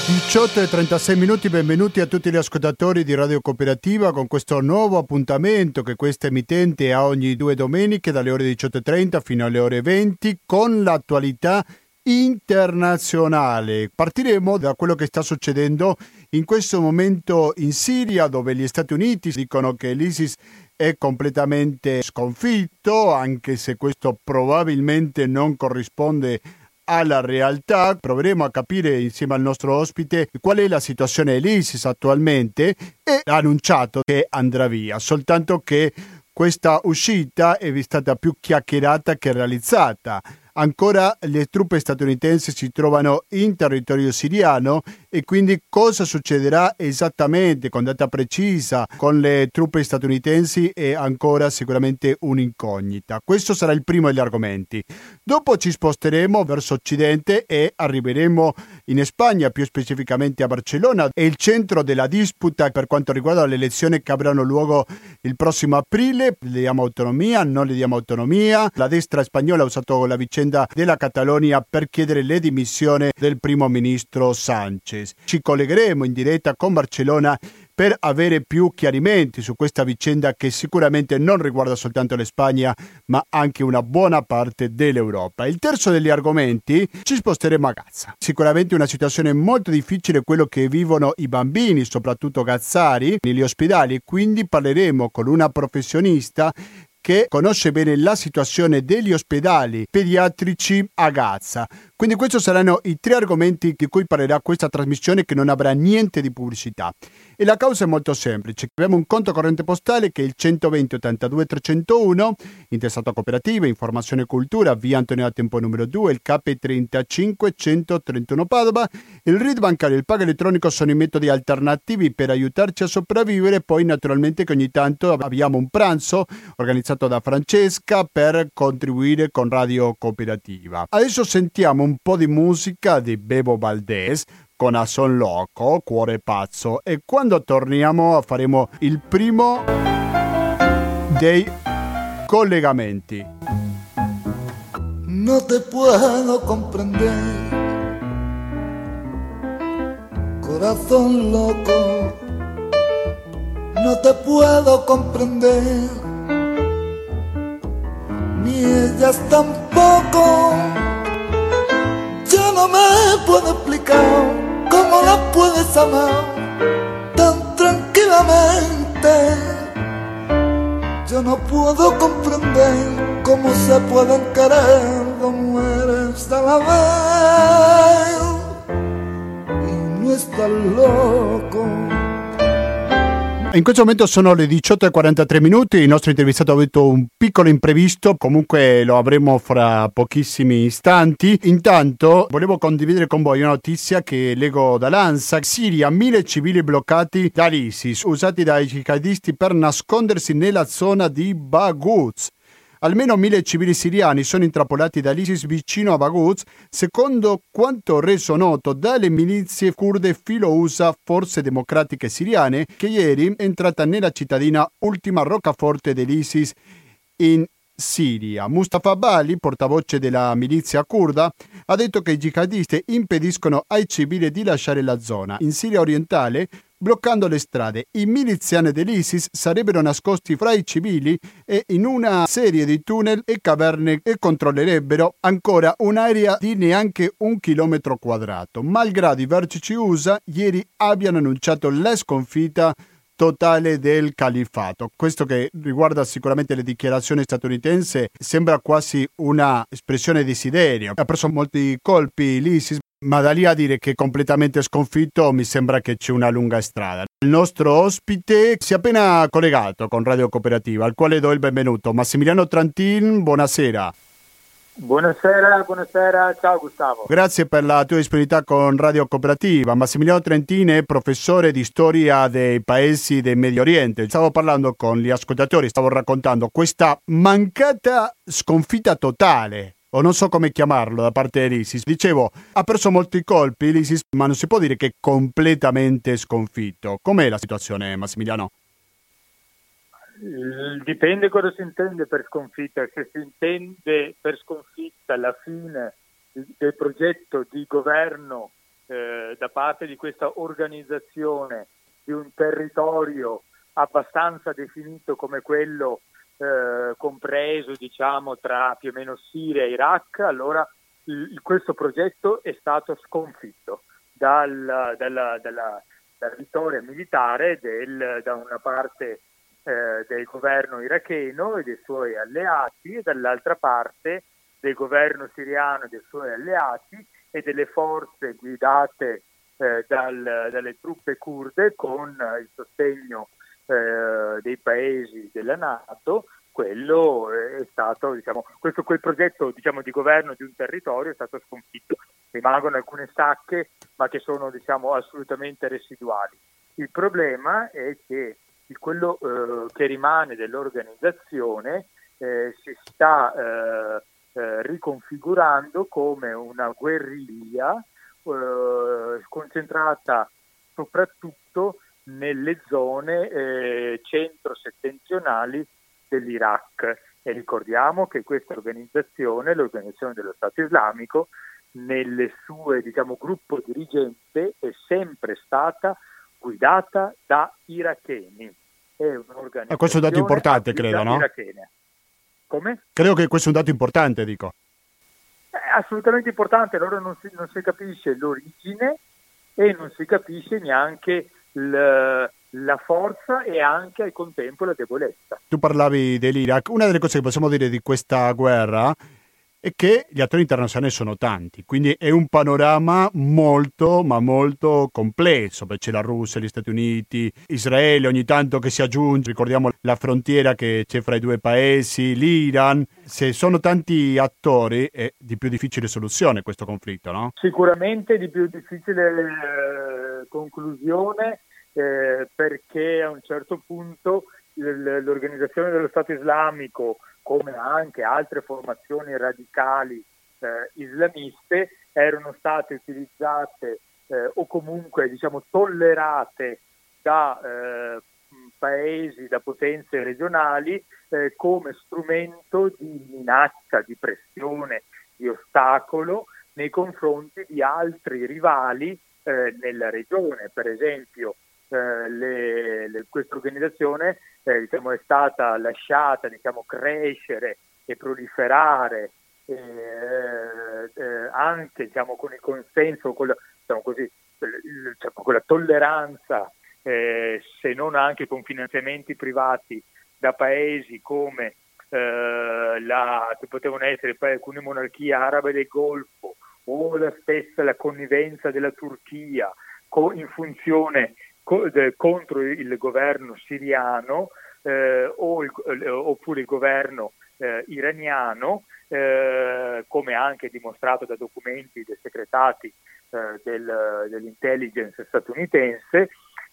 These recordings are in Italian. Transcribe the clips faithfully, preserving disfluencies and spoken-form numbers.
diciotto e trentasei minuti, benvenuti a tutti gli ascoltatori di Radio Cooperativa con questo nuovo appuntamento che questa emittente ha ogni due domeniche dalle ore diciotto e trenta fino alle ore venti con l'attualità internazionale. Partiremo da quello che sta succedendo in questo momento in Siria, dove gli Stati Uniti dicono che l'ISIS è completamente sconfitto, anche se questo probabilmente non corrisponde alla realtà. Proveremo a capire insieme al nostro ospite qual è la situazione dell'ISIS attualmente e ha annunciato che andrà via, soltanto che questa uscita è stata più chiacchierata che realizzata. Ancora le truppe statunitensi si trovano in territorio siriano e quindi cosa succederà esattamente con data precisa con le truppe statunitensi è ancora sicuramente un'incognita. Questo sarà il primo degli argomenti. Dopo ci sposteremo verso occidente e arriveremo in Spagna, più specificamente a Barcellona. È il centro della disputa per quanto riguarda le elezioni che avranno luogo il prossimo aprile. Le diamo autonomia, non le diamo autonomia. La destra spagnola ha usato la vicenda della Catalogna per chiedere le dimissioni del primo ministro Sánchez. Ci collegheremo in diretta con Barcellona per avere più chiarimenti su questa vicenda che sicuramente non riguarda soltanto la Spagna ma anche una buona parte dell'Europa. Il terzo degli argomenti, ci sposteremo a Gaza. Sicuramente una situazione molto difficile quello che vivono i bambini, soprattutto gazzari, negli ospedali, quindi parleremo con una professionista che conosce bene la situazione degli ospedali pediatrici a Gaza. Quindi questi saranno i tre argomenti di cui parlerà questa trasmissione, che non avrà niente di pubblicità. E la causa è molto semplice. Abbiamo un conto corrente postale che è il centoventi ottantadue trecentouno, intestato a Cooperativa, Informazione e Cultura, via Antonio da Tempo numero due, il K trentacinque centotrentuno Padova. Il R I D bancario e il pago elettronico sono i metodi alternativi per aiutarci a sopravvivere. Poi naturalmente che ogni tanto abbiamo un pranzo organizzato da Francesca per contribuire con Radio Cooperativa. Adesso sentiamo un po' di musica di Bebo Valdés con A Son Loco, Cuore Pazzo, e quando torniamo faremo il primo dei collegamenti. No te puedo comprender, corazón loco, no te puedo comprender, ni ellas tampoco. Yo no me puedo explicar cómo la puedes amar tan tranquilamente. Yo no puedo comprender cómo se pueden querer dos mujeres a la vez y no estar loco. In questo momento sono le diciotto e quarantatré minuti, il nostro intervistato ha avuto un piccolo imprevisto, comunque lo avremo fra pochissimi istanti. Intanto volevo condividere con voi una notizia che leggo dall'ANSA. Siria, mille civili bloccati dall'ISIS, usati dai jihadisti per nascondersi nella zona di Baghuz. Almeno mille civili siriani sono intrappolati dall'ISIS vicino a Baghuz, secondo quanto reso noto dalle milizie kurde filo-U S A Forze Democratiche Siriane, che ieri è entrata nella cittadina, ultima roccaforte dell'ISIS in Siria. Mustafa Bali, portavoce della milizia kurda, ha detto che i jihadisti impediscono ai civili di lasciare la zona. In Siria orientale, bloccando le strade, i miliziani dell'ISIS sarebbero nascosti fra i civili e in una serie di tunnel e caverne e controllerebbero ancora un'area di neanche un chilometro quadrato, malgrado i vertici U S A ieri abbiano annunciato la sconfitta totale del califfato. Questo che riguarda sicuramente le dichiarazioni statunitensi sembra quasi una espressione di desiderio. Ha preso molti colpi l'ISIS, ma da lì a dire che è completamente sconfitto mi sembra che c'è una lunga strada. Il nostro ospite si è appena collegato con Radio Cooperativa, al quale do il benvenuto. Massimiliano Trantin, buonasera. Buonasera, buonasera, ciao Gustavo. Grazie per la tua disponibilità con Radio Cooperativa. Massimiliano Trantin è professore di storia dei paesi del Medio Oriente. Stavo parlando con gli ascoltatori, stavo raccontando questa mancata sconfitta totale, o non so come chiamarlo, da parte dell'ISIS. Dicevo, ha perso molti colpi l'ISIS, ma non si può dire che è completamente sconfitto. Com'è la situazione, Massimiliano? Dipende cosa si intende per sconfitta. Se si intende per sconfitta la fine del progetto di governo eh, da parte di questa organizzazione di un territorio abbastanza definito come quello eh, compreso, diciamo, tra più o meno Siria e Iraq, allora il, questo progetto è stato sconfitto dal, dalla, dalla, dalla vittoria militare del, da una parte eh, del governo iracheno e dei suoi alleati e dall'altra parte del governo siriano e dei suoi alleati e delle forze guidate eh, dal, dalle truppe curde con il sostegno eh, dei paesi della NATO. Quello è stato, diciamo, questo quel progetto, diciamo, di governo di un territorio è stato sconfitto. Rimangono alcune sacche, ma che sono, diciamo, assolutamente residuali. Il problema è che quello eh, che rimane dell'organizzazione eh, si sta eh, eh, riconfigurando come una guerriglia eh, concentrata soprattutto nelle zone eh, centro-settentrionali dell'Iraq, e ricordiamo che questa organizzazione, l'Organizzazione dello Stato Islamico, nelle sue, diciamo, gruppo dirigente è sempre stata guidata da iracheni. È un'organizzazione e questo è un dato importante, credo, no? Irachena. Come? Credo che questo è un dato importante, dico. È assolutamente importante, allora non si, non si capisce l'origine e non si capisce neanche il, la forza e anche al contempo la debolezza. Tu parlavi dell'Iraq, una delle cose che possiamo dire di questa guerra è che gli attori internazionali sono tanti, quindi è un panorama molto ma molto complesso, perché c'è la Russia, gli Stati Uniti, Israele ogni tanto che si aggiunge, ricordiamo la frontiera che c'è fra i due paesi, l'Iran. Se sono tanti attori è di più difficile soluzione questo conflitto, no? Sicuramente di più difficile eh, conclusione eh, perché a un certo punto l- l'Organizzazione dello Stato Islamico, come anche altre formazioni radicali eh, islamiste, erano state utilizzate eh, o comunque, diciamo, tollerate da eh, paesi, da potenze regionali eh, come strumento di minaccia, di pressione, di ostacolo nei confronti di altri rivali eh, nella regione. Per esempio eh, le, le, questa organizzazione eh, diciamo, è stata lasciata, diciamo, crescere e proliferare eh, eh, anche, diciamo, con il consenso, con la, diciamo così, diciamo, con la tolleranza, eh, se non anche con finanziamenti privati da paesi come eh, la, che potevano essere alcune monarchie arabe del Golfo o la stessa la connivenza della Turchia co, in funzione co, de, contro il governo siriano eh, o il, eh, oppure il governo eh, iraniano, eh, come anche dimostrato da documenti secretati eh, del, dell'intelligence statunitense.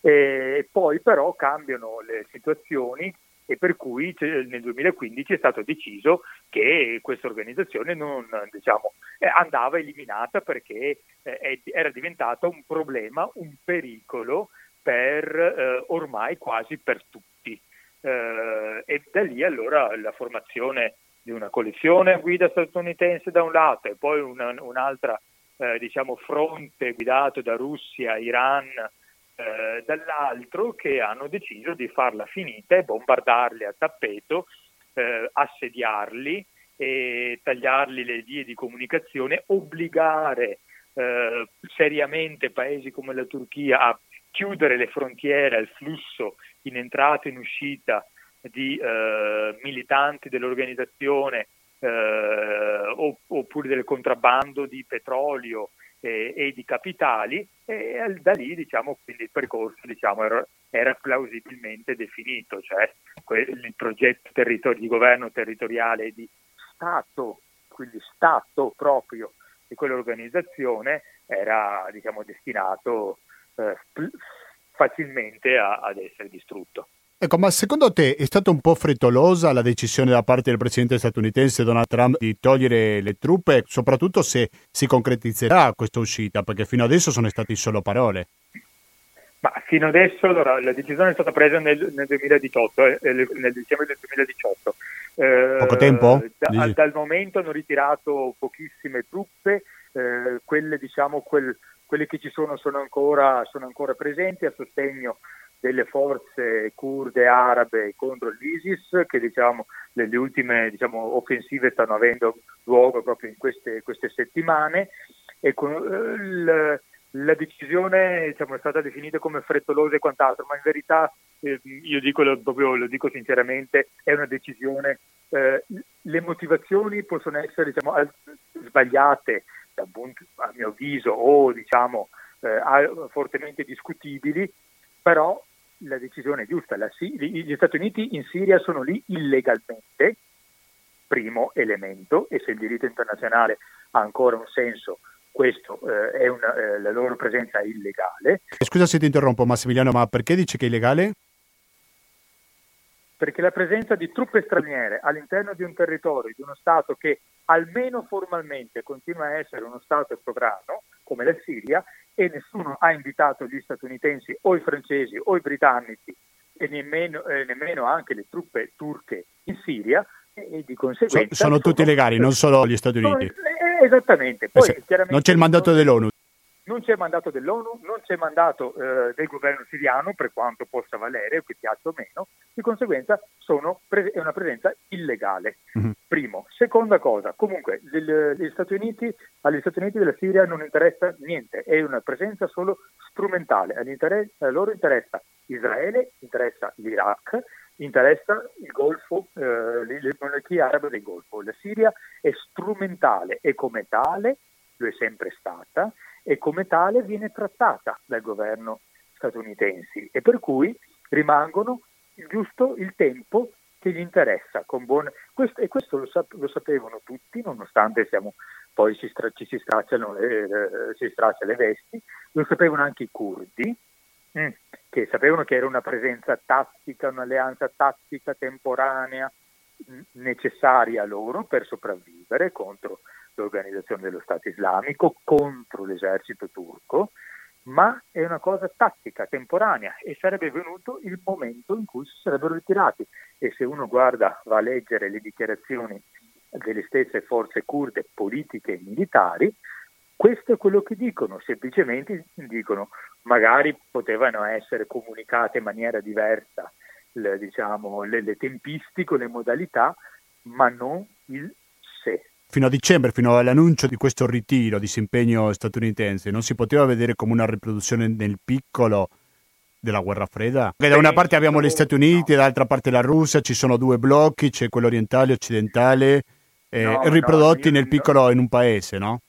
E poi però cambiano le situazioni e per cui nel duemilaquindici è stato deciso che questa organizzazione non, diciamo, andava eliminata perché eh, era diventata un problema, un pericolo per eh, ormai quasi per tutti. Eh, e da lì allora la formazione di una coalizione a guida statunitense da un lato e poi una, un'altra eh, diciamo fronte guidato da Russia, Iran, Eh, dall'altro, che hanno deciso di farla finita e bombardarli a tappeto, eh, assediarli e tagliarli le vie di comunicazione, obbligare eh, seriamente paesi come la Turchia a chiudere le frontiere al flusso in entrata e in uscita di eh, militanti dell'organizzazione eh, oppure del contrabbando di petrolio E, e di capitali, e da lì, diciamo, quindi il percorso, diciamo, era, era plausibilmente definito, cioè quel, il progetto territor- di governo territoriale di Stato, quindi Stato proprio di quell'organizzazione era, diciamo, destinato eh, facilmente a, ad essere distrutto. Ecco, ma secondo te è stata un po' frettolosa la decisione da parte del presidente statunitense Donald Trump di togliere le truppe, soprattutto se si concretizzerà questa uscita, perché fino adesso sono state solo parole? Ma fino adesso allora, la decisione è stata presa nel, nel duemiladiciotto, eh, nel dicembre del duemiladiciotto. Eh, Poco tempo? Da, dal momento hanno ritirato pochissime truppe, eh, quelle, diciamo, quel, quelli che ci sono sono ancora, sono ancora presenti a sostegno delle forze kurde arabe contro l'ISIS, che diciamo le, le ultime diciamo, offensive stanno avendo luogo proprio in queste, queste settimane, e con, eh, l, la decisione diciamo, è stata definita come frettolosa e quant'altro, ma in verità eh, io dico lo, proprio, lo dico sinceramente, è una decisione, eh, le motivazioni possono essere diciamo, sbagliate da punto, a mio avviso, o diciamo eh, fortemente discutibili, però la decisione è giusta. La, gli Stati Uniti in Siria sono lì illegalmente, primo elemento, e se il diritto internazionale ha ancora un senso, questo eh, è una, eh, la loro presenza è illegale. Scusa se ti interrompo Massimiliano, ma perché dici che è illegale? Perché la presenza di truppe straniere all'interno di un territorio, di uno Stato che almeno formalmente continua a essere uno Stato sovrano, come la Siria, e nessuno ha invitato gli statunitensi o i francesi o i britannici e nemmeno, eh, nemmeno anche le truppe turche in Siria, e, e di conseguenza... So, sono, sono tutti legali, non solo gli Stati Uniti. Sono, eh, esattamente. Poi, eh, chiaramente, non c'è il mandato non, dell'ONU. Non c'è mandato dell'ONU, non c'è mandato eh, del governo siriano, per quanto possa valere, o che piaccia o meno, di conseguenza sono pre- è una presenza illegale. Mm-hmm. Primo. Seconda cosa, comunque del, gli Stati Uniti, agli Stati Uniti della Siria non interessa niente, è una presenza solo strumentale. A loro interessa Israele, interessa l'Iraq, interessa il Golfo, eh, le, le monarchie arabe del Golfo. La Siria è strumentale e come tale, lo è sempre stata, e come tale viene trattata dal governo statunitense, e per cui rimangono il giusto il tempo che gli interessa. Con buone... questo, e questo lo, sap- lo sapevano tutti, nonostante siamo, poi ci, stra- ci si, stracciano le, eh, si straccia le vesti, lo sapevano anche i curdi, mm, che sapevano che era una presenza tattica, un'alleanza tattica temporanea mh, necessaria a loro per sopravvivere contro l'organizzazione dello Stato islamico, contro l'esercito turco, ma è una cosa tattica, temporanea, e sarebbe venuto il momento in cui si sarebbero ritirati. E se uno guarda, va a leggere le dichiarazioni delle stesse forze kurde politiche e militari, questo è quello che dicono, semplicemente dicono magari potevano essere comunicate in maniera diversa, le, diciamo, le, le tempistiche, le modalità, ma non il se. Fino a dicembre, fino all'annuncio di questo ritiro, disimpegno statunitense, non si poteva vedere come una riproduzione nel piccolo della guerra fredda? Perché da una parte abbiamo gli Stati Uniti, no. Dall'altra parte la Russia, ci sono due blocchi, c'è quello orientale e occidentale, eh, no, riprodotti no, nel piccolo no. in un paese, no?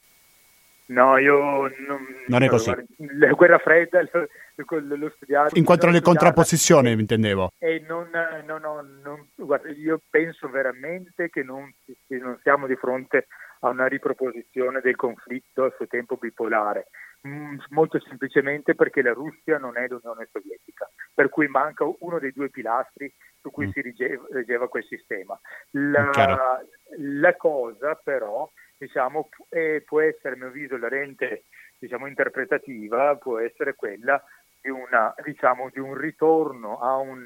No, io non, non è così. La guerra fredda lo, lo studiato. In quanto alle contrapposizioni, e, intendevo. E non, no, no, non, guarda, io penso veramente che non, che non siamo di fronte a una riproposizione del conflitto a suo tempo bipolare, mm, molto semplicemente perché la Russia non è l'Unione Sovietica, per cui manca uno dei due pilastri su cui mm. si reggeva, reggeva quel sistema. La, la cosa però, diciamo, è, può essere, a mio avviso, la lente, diciamo, interpretativa può essere quella di una, diciamo, di un ritorno a un,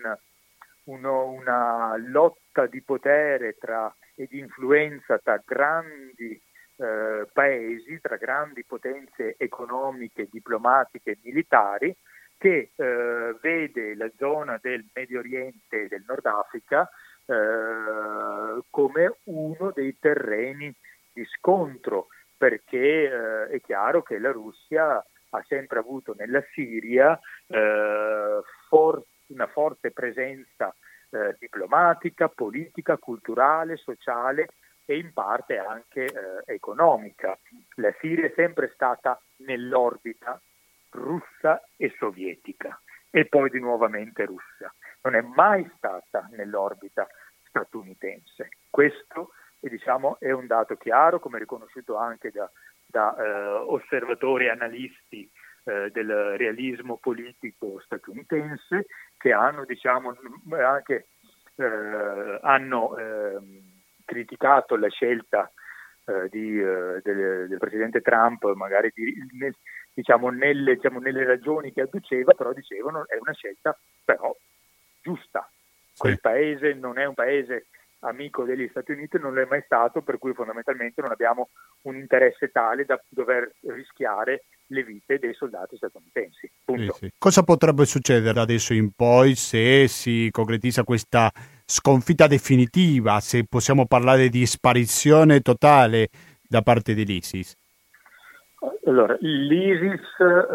uno, una lotta di potere tra, e di influenza tra grandi eh, paesi, tra grandi potenze economiche, diplomatiche e militari, che eh, vede la zona del Medio Oriente e del Nord Africa eh, come uno dei terreni di scontro, perché eh, è chiaro che la Russia ha sempre avuto nella Siria eh, for- una forte presenza eh, diplomatica, politica, culturale, sociale e in parte anche eh, economica. La Siria è sempre stata nell'orbita russa e sovietica e poi di nuovamente russa. Non è mai stata nell'orbita statunitense. Questo e diciamo è un dato chiaro, come riconosciuto anche da, da eh, osservatori e analisti eh, del realismo politico statunitense, che hanno diciamo anche eh, hanno eh, criticato la scelta eh, di, eh, del, del presidente Trump, magari di, nel, diciamo, nelle, diciamo nelle ragioni che adduceva, però dicevano è una scelta però giusta. Sì. Quel paese non è un paese amico degli Stati Uniti, non lo è mai stato, per cui fondamentalmente non abbiamo un interesse tale da dover rischiare le vite dei soldati statunitensi. Punto. Sì, sì. Cosa potrebbe succedere da adesso in poi se si concretizza questa sconfitta definitiva, se possiamo parlare di sparizione totale da parte dell'ISIS? Allora, l'ISIS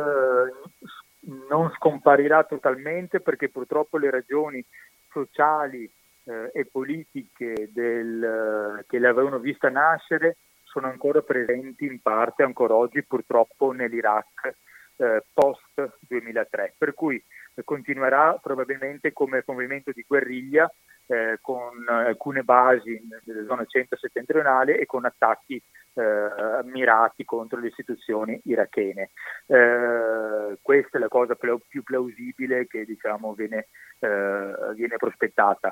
eh, non scomparirà totalmente, perché purtroppo le ragioni sociali eh, e politiche del, che l'avevano vista nascere sono ancora presenti in parte ancora oggi purtroppo nell'Iraq eh, post duemilatré, per cui continuerà probabilmente come movimento di guerriglia eh, con alcune basi nella zona centro-settentrionale e con attacchi eh, mirati contro le istituzioni irachene. Eh, questa è la cosa più plausibile che diciamo viene, eh, viene prospettata.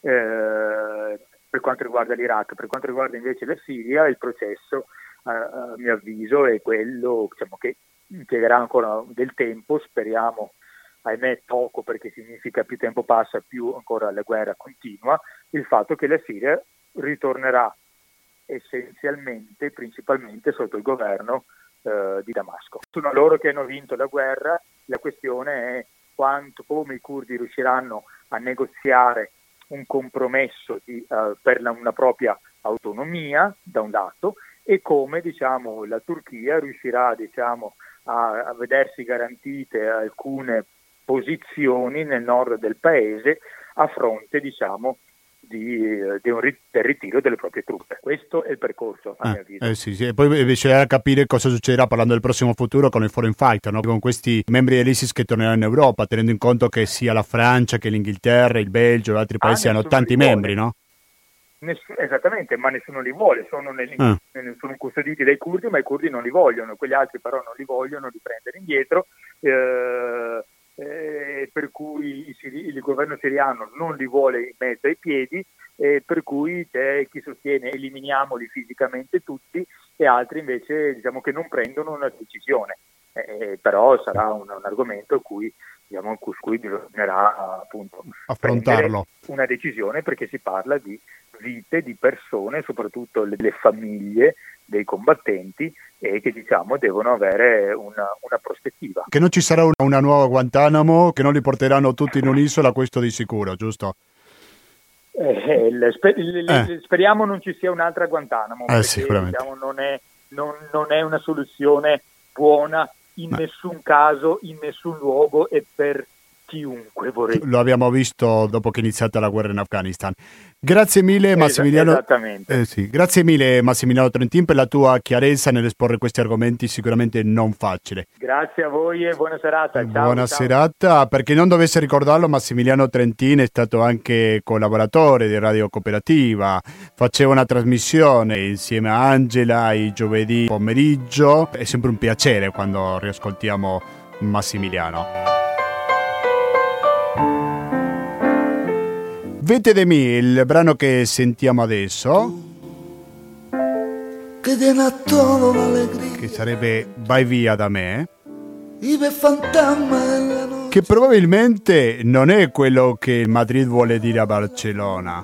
Eh, per quanto riguarda l'Iraq, per quanto riguarda invece la Siria, il processo eh, a mio avviso è quello, diciamo, che impiegherà ancora del tempo, speriamo ahimè poco, perché significa più tempo passa più ancora la guerra continua, il fatto che la Siria ritornerà essenzialmente, principalmente sotto il governo eh, di Damasco. Sono loro che hanno vinto la guerra, la questione è quanto, come i curdi riusciranno a negoziare un compromesso di, uh, per la, una propria autonomia da un lato, e come diciamo la Turchia riuscirà diciamo a, a vedersi garantite alcune posizioni nel nord del paese a fronte diciamo di, di un, del ritiro delle proprie truppe. Questo è il percorso a eh, mio avviso. Eh sì, sì. E poi bisognerà capire cosa succederà, parlando del prossimo futuro, con i foreign fighter, no? Con questi membri dell'ISIS che torneranno in Europa, tenendo in conto che sia la Francia che l'Inghilterra, il Belgio e altri paesi ah, hanno tanti membri, no? Nessun, esattamente, ma nessuno li vuole, sono, nel, ah. sono custoditi dai curdi, ma i curdi non li vogliono, quegli altri però non li vogliono li prendere indietro, eh, eh, per cui il, il governo siriano non li vuole in mezzo ai piedi, eh, per cui c'è chi sostiene eliminiamoli fisicamente tutti, e altri invece diciamo che non prendono una decisione, eh, però sarà un, un argomento a cui diciamo su cui bisognerà appunto affrontarlo, una decisione, perché si parla di vite di persone, soprattutto le, le famiglie dei combattenti, e che diciamo devono avere una, una prospettiva. Che non ci sarà una, una nuova Guantanamo, che non li porteranno tutti in un'isola, questo di sicuro, giusto? Eh, le, sper- le, eh. Speriamo non ci sia un'altra Guantanamo, eh, perché diciamo, non, è, non, non è una soluzione buona in Ma... nessun caso, in nessun luogo e per chiunque vorrei. Lo abbiamo visto dopo che è iniziata la guerra in Afghanistan. Grazie mille Massimiliano. Esattamente. Eh, sì. Grazie mille Massimiliano Trentin per la tua chiarezza nell'esporre questi argomenti sicuramente non facile. Grazie a voi e buona serata. Ciao, buona ciao. serata. Per chi non dovesse ricordarlo, Massimiliano Trentin è stato anche collaboratore di Radio Cooperativa, faceva una trasmissione insieme a Angela i giovedì pomeriggio. È sempre un piacere quando riascoltiamo Massimiliano. Vete de me, il brano che sentiamo adesso, che llena todo d'alegría, che sarebbe Vai via da me, vive fantasma della noche, che probabilmente non è quello che Madrid vuole dire a Barcellona.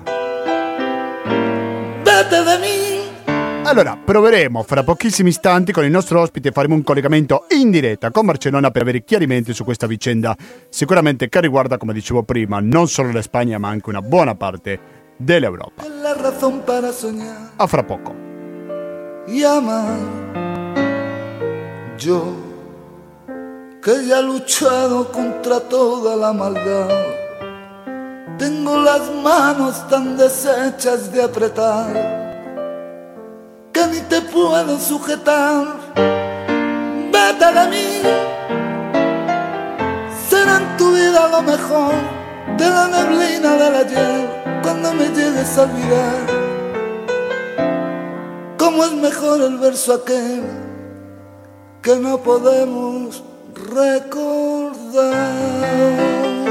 Vete de me. Allora, proveremo fra pochissimi istanti con il nostro ospite, faremo un collegamento in diretta con Barcellona per avere chiarimenti su questa vicenda, sicuramente che riguarda, come dicevo prima, non solo la Spagna ma anche una buona parte dell'Europa. A fra poco. Llama, yo que ya he luchado contra toda la maldad, tengo las manos tan deshechas de apretar que ni te puedo sujetar. Vete de mí, será en tu vida lo mejor de la neblina del ayer, cuando me llegues a olvidar. Cómo es mejor el verso aquel que no podemos recordar.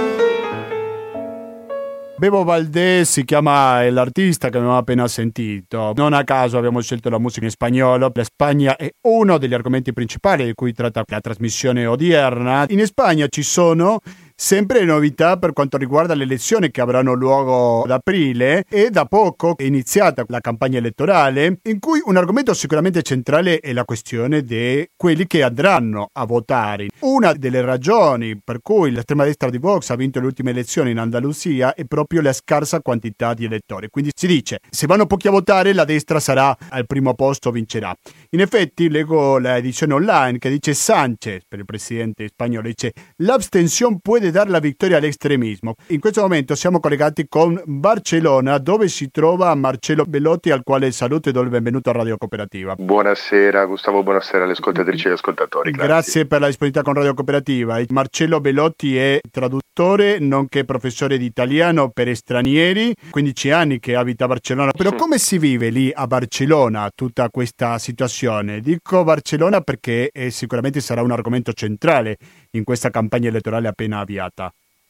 Bebo Valdés si chiama l'artista che abbiamo appena sentito. Non a caso abbiamo scelto la musica in spagnolo. La Spagna è uno degli argomenti principali di cui tratta la trasmissione odierna. In Spagna ci sono sempre novità per quanto riguarda le elezioni che avranno luogo ad aprile, e da poco è iniziata la campagna elettorale, in cui un argomento sicuramente centrale è la questione di quelli che andranno a votare. Una delle ragioni per cui l'estrema destra di Vox ha vinto le ultime elezioni in Andalusia è proprio la scarsa quantità di elettori. Quindi si dice, se vanno pochi a votare, la destra sarà al primo posto, vincerà. In effetti, leggo la edizione online che dice Sánchez, per il presidente spagnolo, dice l'abstenzione può dare la vittoria all'estremismo. In questo momento siamo collegati con Barcellona, dove si trova Marcello Bellotti, al quale saluto e do il benvenuto a Radio Cooperativa. Buonasera Gustavo, buonasera alle ascoltatrici e ascoltatori. Grazie. Grazie per la disponibilità con Radio Cooperativa. Marcello Bellotti è traduttore, nonché professore di italiano per stranieri, quindici anni che abita a Barcellona. Però come si vive lì a Barcellona tutta questa situazione? Dico Barcellona perché è, sicuramente sarà un argomento centrale in questa campagna elettorale appena avviata.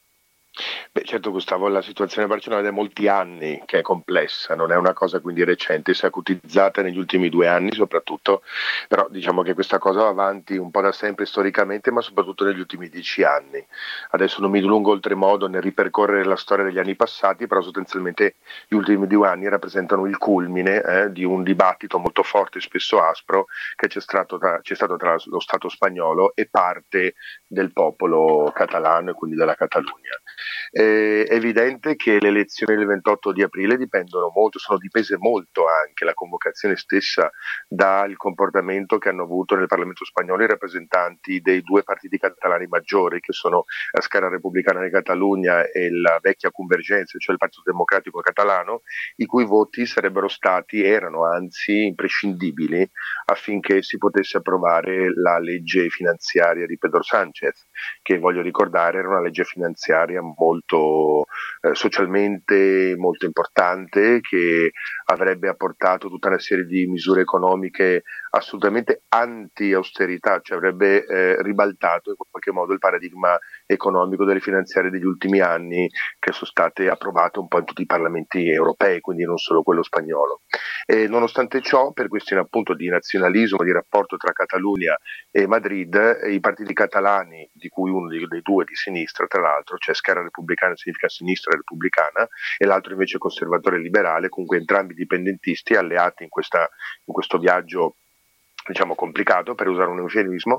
Beh, certo Gustavo, la situazione a Barcellona è da molti anni che è complessa, non è una cosa quindi recente, si è acutizzata negli ultimi due anni soprattutto, però diciamo che questa cosa va avanti un po' da sempre storicamente, ma soprattutto negli ultimi dieci anni. Adesso non mi dilungo oltremodo nel ripercorrere la storia degli anni passati, però sostanzialmente gli ultimi due anni rappresentano il culmine eh, di un dibattito molto forte e spesso aspro che c'è stato, tra, c'è stato tra lo Stato spagnolo e parte del popolo catalano e quindi della Catalogna. È evidente che le elezioni del ventotto di aprile dipendono molto, sono dipese molto anche la convocazione stessa dal comportamento che hanno avuto nel Parlamento spagnolo i rappresentanti dei due partiti catalani maggiori, che sono la Squerra Repubblicana di Catalogna e la vecchia Convergenza, cioè il Partito Democratico Catalano, i cui voti sarebbero stati, erano anzi imprescindibili affinché si potesse approvare la legge finanziaria di Pedro Sánchez, che voglio ricordare era una legge finanziaria molto eh, socialmente molto importante, che avrebbe apportato tutta una serie di misure economiche assolutamente anti-austerità, cioè avrebbe eh, ribaltato in qualche modo il paradigma economico delle finanziarie degli ultimi anni, che sono state approvate un po' in tutti i parlamenti europei, quindi non solo quello spagnolo. E nonostante ciò, per questioni appunto di nazionalismo, di rapporto tra Catalogna e Madrid, i partiti catalani, di cui uno dei, dei due di sinistra tra l'altro, cioè Squerra Repubblicana significa sinistra repubblicana, e l'altro invece conservatore liberale, comunque entrambi dipendentisti alleati in, questa, in questo viaggio diciamo complicato, per usare un eufemismo,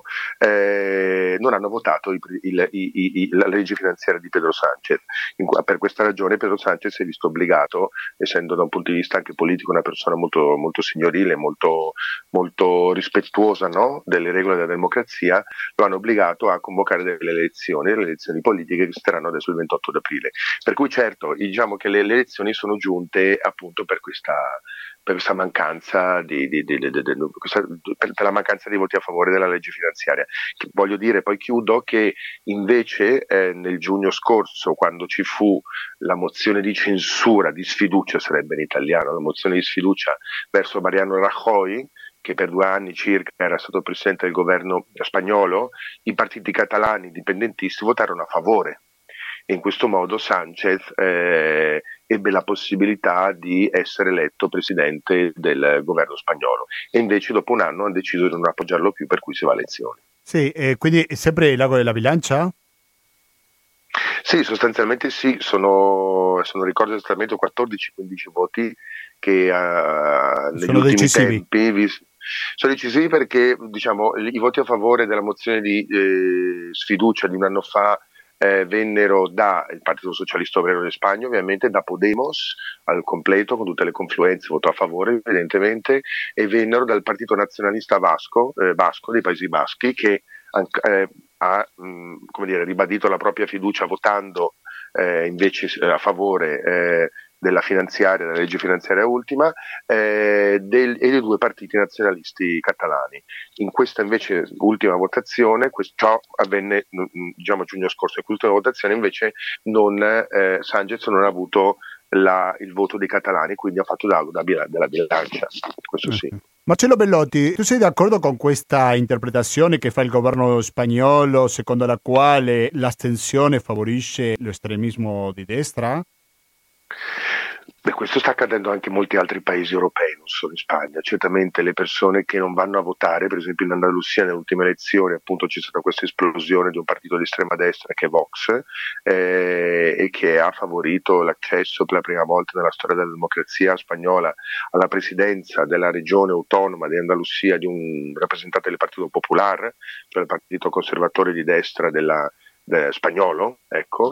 eh, non hanno votato il, il, il, il, la legge finanziaria di Pedro Sánchez. In, per questa ragione Pedro Sánchez si è visto obbligato, essendo da un punto di vista anche politico una persona molto, molto signorile, molto, molto rispettuosa, no? delle regole della democrazia, lo hanno obbligato a convocare delle elezioni, le elezioni politiche che si terranno adesso il ventotto di aprile. Per cui certo, diciamo che le, le elezioni sono giunte appunto per questa per questa mancanza di, di, di, di, di, di questa, per, per la mancanza di voti a favore della legge finanziaria. Che voglio dire, poi chiudo, che invece eh, nel giugno scorso, quando ci fu la mozione di censura, di sfiducia sarebbe in italiano, la mozione di sfiducia verso Mariano Rajoy, che per due anni circa era stato presidente del governo spagnolo, i partiti catalani indipendentisti votarono a favore. E in questo modo Sánchez eh, ebbe la possibilità di essere eletto presidente del governo spagnolo, e invece dopo un anno hanno deciso di non appoggiarlo più, per cui si va a elezioni. Sì, eh, quindi è sempre il lago della bilancia? Sì, sostanzialmente sì, sono, sono ricordo esattamente quattordici quindici voti che uh, negli sono ultimi decisivi. tempi vi, sono decisivi perché diciamo i voti a favore della mozione di eh, sfiducia di un anno fa Eh, vennero dal Partito Socialista Obrero di Spagna, ovviamente da Podemos al completo, con tutte le confluenze, votò a favore evidentemente, e vennero dal Partito Nazionalista Vasco, eh, Basco dei Paesi Baschi, che eh, ha mh, come dire, ribadito la propria fiducia votando eh, invece eh, a favore eh, della finanziaria, della legge finanziaria ultima, eh, del, e dei due partiti nazionalisti catalani. In questa invece ultima votazione, questo, ciò avvenne diciamo giugno scorso, in questa votazione invece non, eh, Sánchez non ha avuto la, il voto dei catalani, quindi ha fatto l'ago della bilancia, questo sì. Marcello Bellotti, tu sei d'accordo con questa interpretazione che fa il governo spagnolo, secondo la quale l'astensione favorisce l'estremismo di destra? Beh, questo sta accadendo anche in molti altri paesi europei, non solo in Spagna. Certamente le persone che non vanno a votare, per esempio in Andalusia nelle ultime elezioni appunto c'è stata questa esplosione di un partito di estrema destra che è Vox eh, e che ha favorito l'accesso per la prima volta nella storia della democrazia spagnola alla presidenza della regione autonoma di Andalusia di un rappresentante del Partito Popular, cioè il partito conservatore di destra della Eh, spagnolo, ecco,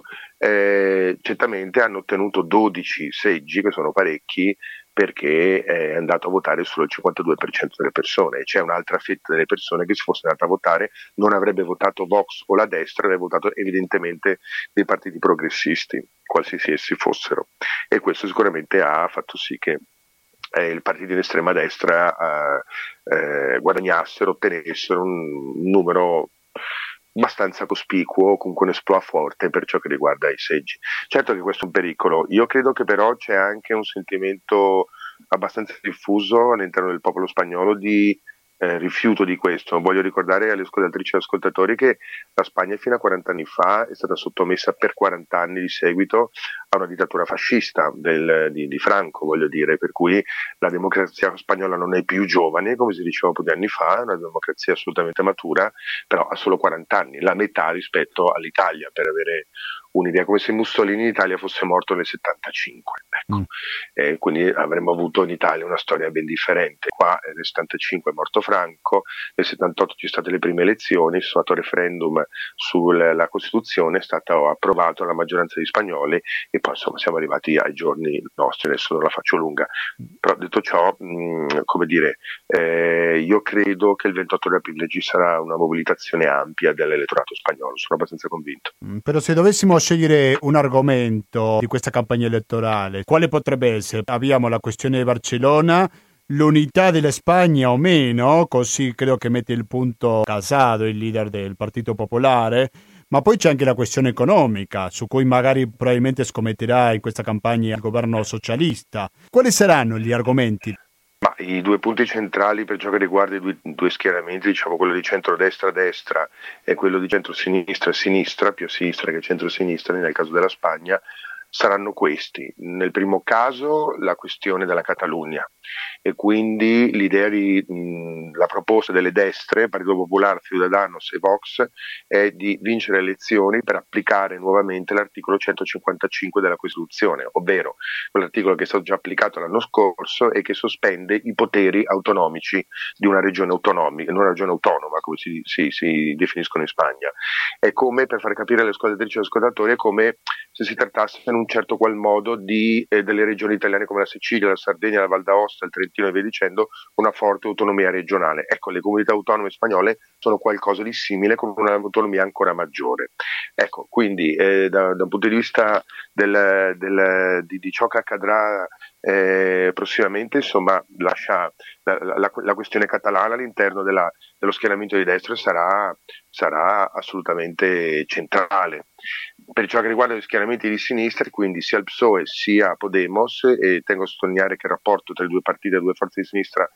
eh, certamente hanno ottenuto dodici seggi, che sono parecchi, perché è andato a votare solo il cinquantadue per cento delle persone, e c'è un'altra fetta delle persone che se fosse andata a votare non avrebbe votato Vox o la destra, avrebbe votato evidentemente dei partiti progressisti, qualsiasi essi fossero, e questo sicuramente ha fatto sì che eh, il partito di estrema destra eh, eh, guadagnassero, ottenessero un numero abbastanza cospicuo, comunque un esploit forte per ciò che riguarda i seggi. Certo che questo è un pericolo, io credo che però c'è anche un sentimento abbastanza diffuso all'interno del popolo spagnolo di eh, rifiuto di questo. Voglio ricordare alle ascoltatrici e ascoltatori che la Spagna fino a quaranta anni fa è stata sottomessa per quaranta anni di seguito a una dittatura fascista del, di, di Franco, voglio dire, per cui la democrazia spagnola non è più giovane, come si diceva un po' di anni fa, è una democrazia assolutamente matura, però ha solo quaranta anni, la metà rispetto all'Italia, per avere un'idea, come se Mussolini in Italia fosse morto nel settantacinque, ecco. Mm. Eh, quindi avremmo avuto in Italia una storia ben differente. Qua nel settantacinque è morto Franco, nel settantotto ci sono state le prime elezioni, c'è stato il referendum sulla Costituzione, è stato approvato dalla maggioranza di spagnoli e poi insomma siamo arrivati ai giorni nostri, adesso non la faccio lunga. Però detto ciò, mh, come dire, eh, io credo che il ventotto di aprile ci sarà una mobilitazione ampia dell'elettorato spagnolo, sono abbastanza convinto. Mm, però se dovessimo scegliere un argomento di questa campagna elettorale, quale potrebbe essere? Abbiamo la questione di Barcellona, l'unità della Spagna o meno, così credo che mette il punto Casado, il leader del Partito Popolare, ma poi c'è anche la questione economica, su cui magari probabilmente scommetterà in questa campagna il governo socialista. Quali saranno gli argomenti? Ma i due punti centrali per ciò che riguarda i due, due schieramenti, diciamo quello di centrodestra-destra e quello di centrosinistra-sinistra, più a sinistra che centrosinistra nel caso della Spagna, saranno questi. Nel primo caso la questione della Catalogna e quindi l'idea di mh, la proposta delle destre, Partito Popolare, Ciudadanos e Vox, è di vincere le elezioni per applicare nuovamente l'articolo centocinquantacinque della Costituzione, ovvero quell'articolo che è stato già applicato l'anno scorso e che sospende i poteri autonomici di una regione autonomica, una regione autonoma, come si, si, si definiscono in Spagna. È come, per far capire alle ascoltatrici e agli ascoltatori, è come se si trattasse in un certo qual modo di eh, delle regioni italiane come la Sicilia, la Sardegna, la Val d'Aosta, il Trentino e via dicendo, una forte autonomia regionale. Ecco, le comunità autonome spagnole sono qualcosa di simile con un'autonomia ancora maggiore. Ecco, quindi eh, da, da un punto di vista del, del, di, di ciò che accadrà eh, prossimamente, insomma, lascia la, la, la questione catalana all'interno della, dello schieramento di destra sarà, sarà assolutamente centrale. Per ciò che riguarda gli schieramenti di sinistra, quindi sia il P S O E sia Podemos, e tengo a sottolineare che il rapporto tra i due partiti e le due forze di sinistra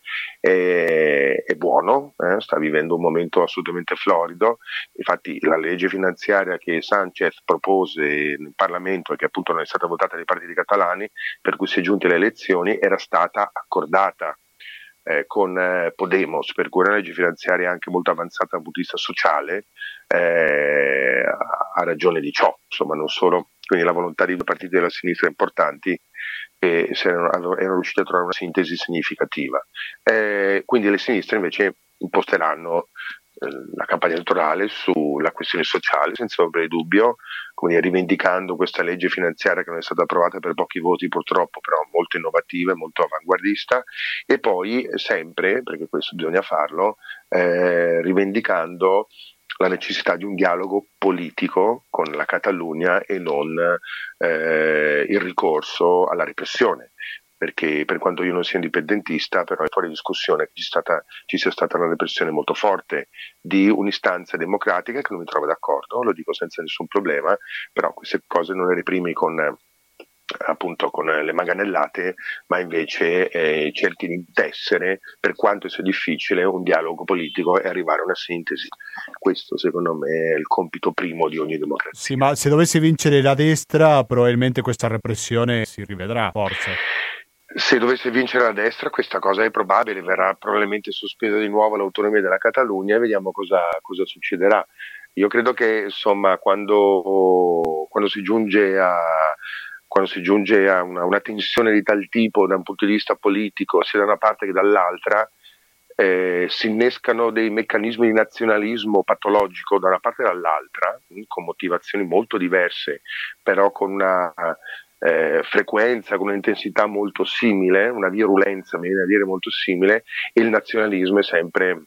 è, è buono, eh, sta vivendo un momento assolutamente florido. Infatti la legge finanziaria che Sánchez propose in Parlamento e che appunto non è stata votata dai partiti catalani, per cui si è giunti alle elezioni, era stata accordata Eh, con eh, Podemos, per cui una legge finanziaria anche molto avanzata dal punto di vista sociale, eh, ha ragione di ciò, insomma, non solo, quindi la volontà di due partiti della sinistra importanti eh, erano, erano riusciti a trovare una sintesi significativa. Eh, quindi le sinistre invece imposteranno la campagna elettorale sulla questione sociale, senza ombra di dubbio, come dire, rivendicando questa legge finanziaria che non è stata approvata per pochi voti purtroppo, però molto innovativa e molto avanguardista, e poi sempre, perché questo bisogna farlo, eh, rivendicando la necessità di un dialogo politico con la Catalogna e non eh, il ricorso alla repressione. Perché per quanto io non sia indipendentista, però è fuori discussione che ci, stata, ci sia stata una repressione molto forte di un'istanza democratica che non mi trovo d'accordo, lo dico senza nessun problema, però queste cose non le reprimi con appunto con le manganellate, ma invece eh, cerchi di tessere, per quanto sia difficile, un dialogo politico e arrivare a una sintesi. Questo secondo me è il compito primo di ogni democrazia. Sì, ma se dovesse vincere la destra, probabilmente questa repressione si rivedrà, forse. Se dovesse vincere la destra, questa cosa è probabile, verrà probabilmente sospesa di nuovo l'autonomia della Catalogna e vediamo cosa, cosa succederà. Io credo che insomma quando, quando si giunge a quando si giunge a una, una tensione di tal tipo da un punto di vista politico, sia da una parte che dall'altra, eh, si innescano dei meccanismi di nazionalismo patologico da una parte e dall'altra, con motivazioni molto diverse, però con una eh, frequenza, con un'intensità molto simile, una virulenza, mi viene a dire, molto simile, e il nazionalismo è sempre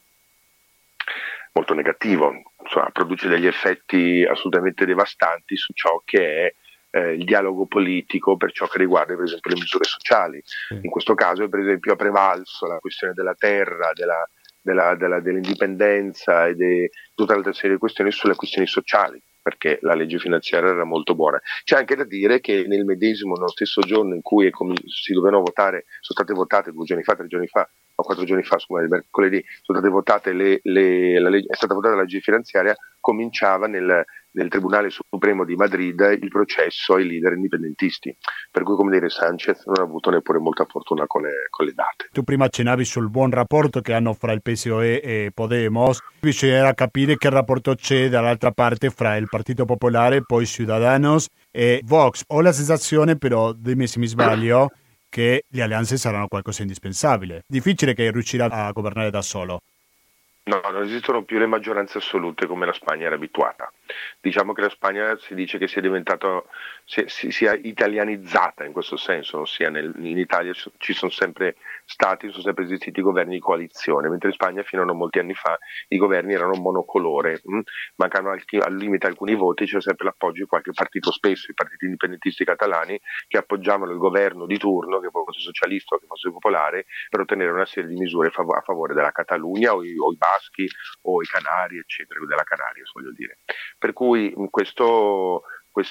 molto negativo, insomma, produce degli effetti assolutamente devastanti su ciò che è eh, il dialogo politico per ciò che riguarda per esempio le misure sociali. Sì. In questo caso per esempio ha prevalso la questione della terra, della, della, della, dell'indipendenza e di tutta l'altra serie di questioni sulle questioni sociali, perché la legge finanziaria era molto buona. C'è anche da dire che nel medesimo, nello stesso giorno in cui si dovevano votare, sono state votate due giorni fa, tre giorni fa, o quattro giorni fa, scusa, il mercoledì, sono state votate le, le, la legge, è stata votata la legge finanziaria, cominciava nel, nel Tribunale Supremo di Madrid il processo ai leader indipendentisti, per cui come dire Sanchez non ha avuto neppure molta fortuna con le, con le date. Tu prima accennavi sul buon rapporto che hanno fra il P S O E e Podemos, bisognerà capire che rapporto c'è dall'altra parte fra il Partito Popolare, poi Ciudadanos e Vox. Ho la sensazione però, dimmi se mi sbaglio, che le alleanze saranno qualcosa di indispensabile. Difficile che riuscirà a governare da solo. No, non esistono più le maggioranze assolute come la Spagna era abituata. Diciamo che la Spagna si dice che sia diventato, si, si, sia italianizzata in questo senso, ossia nel, in Italia ci sono sempre stati, sono sempre esistiti governi di coalizione, mentre in Spagna fino a non molti anni fa i governi erano monocolore, hm? mancano al, al limite alcuni voti, c'era sempre l'appoggio di qualche partito, spesso i partiti indipendentisti catalani che appoggiavano il governo di turno, che fosse socialista o che fosse popolare, per ottenere una serie di misure a favore della Catalogna o i, o i Baschi o i Canari, eccetera, della Canarias voglio dire. Per cui questo,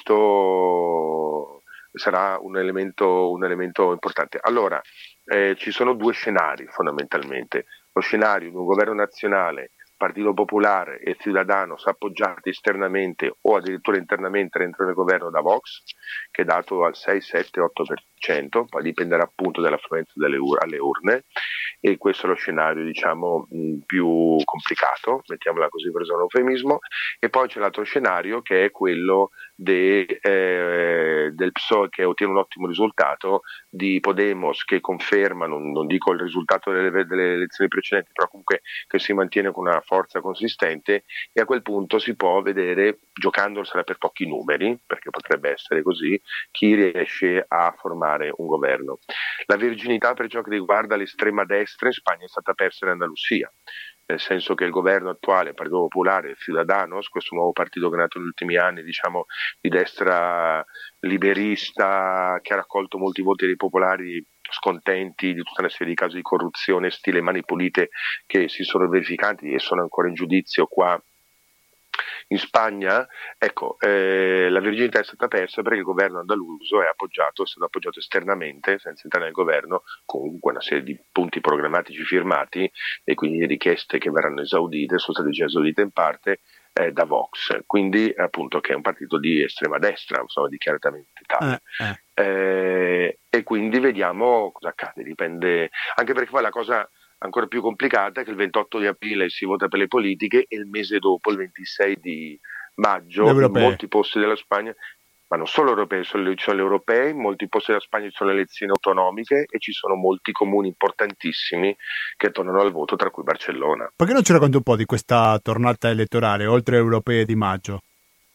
questo sarà un elemento, un elemento importante. Allora, eh, ci sono due scenari fondamentalmente. Lo scenario di un governo nazionale, Partito Popolare e Ciudadanos appoggiati esternamente o addirittura internamente dentro il governo da Vox, che è dato al sei, sette, otto per cento, poi dipenderà appunto dall'affluenza delle ur- alle urne, e questo è lo scenario diciamo mh, più complicato, mettiamola così per usare un eufemismo, e poi c'è l'altro scenario che è quello de, eh, del P S O E che ottiene un ottimo risultato, di Podemos che conferma, non, non dico il risultato delle, delle elezioni precedenti, però comunque che si mantiene con una forza consistente, e a quel punto si può vedere, giocandosela per pochi numeri, perché potrebbe essere così, chi riesce a formare un governo. La virginità per ciò che riguarda l'estrema destra in Spagna è stata persa in Andalusia, nel senso che il governo attuale, il Partito Popolare, Ciudadanos, questo nuovo partito che è nato negli ultimi anni, diciamo di destra liberista, che ha raccolto molti voti dei popolari scontenti di tutta una serie di casi di corruzione stile Mani Pulite che si sono verificati e sono ancora in giudizio qua in Spagna, ecco, eh, la virginità è stata persa perché il governo andaluso è appoggiato, è stato appoggiato esternamente, senza entrare nel governo, comunque una serie di punti programmatici firmati e quindi richieste che verranno esaudite, sono state già esaudite in parte eh, da Vox, quindi appunto che è un partito di estrema destra, insomma dichiaratamente tale. Eh, eh. Eh, e quindi vediamo cosa accade, dipende, anche perché poi la cosa ancora più complicata è che il ventotto di aprile si vota per le politiche e il mese dopo, il ventisei di maggio, in molti posti della Spagna, ma non solo europei, sono le, sono le europee, in molti posti della Spagna ci sono le elezioni autonomiche e ci sono molti comuni importantissimi che tornano al voto, tra cui Barcellona. Perché non ci racconti un po' di questa tornata elettorale, oltre europee di maggio?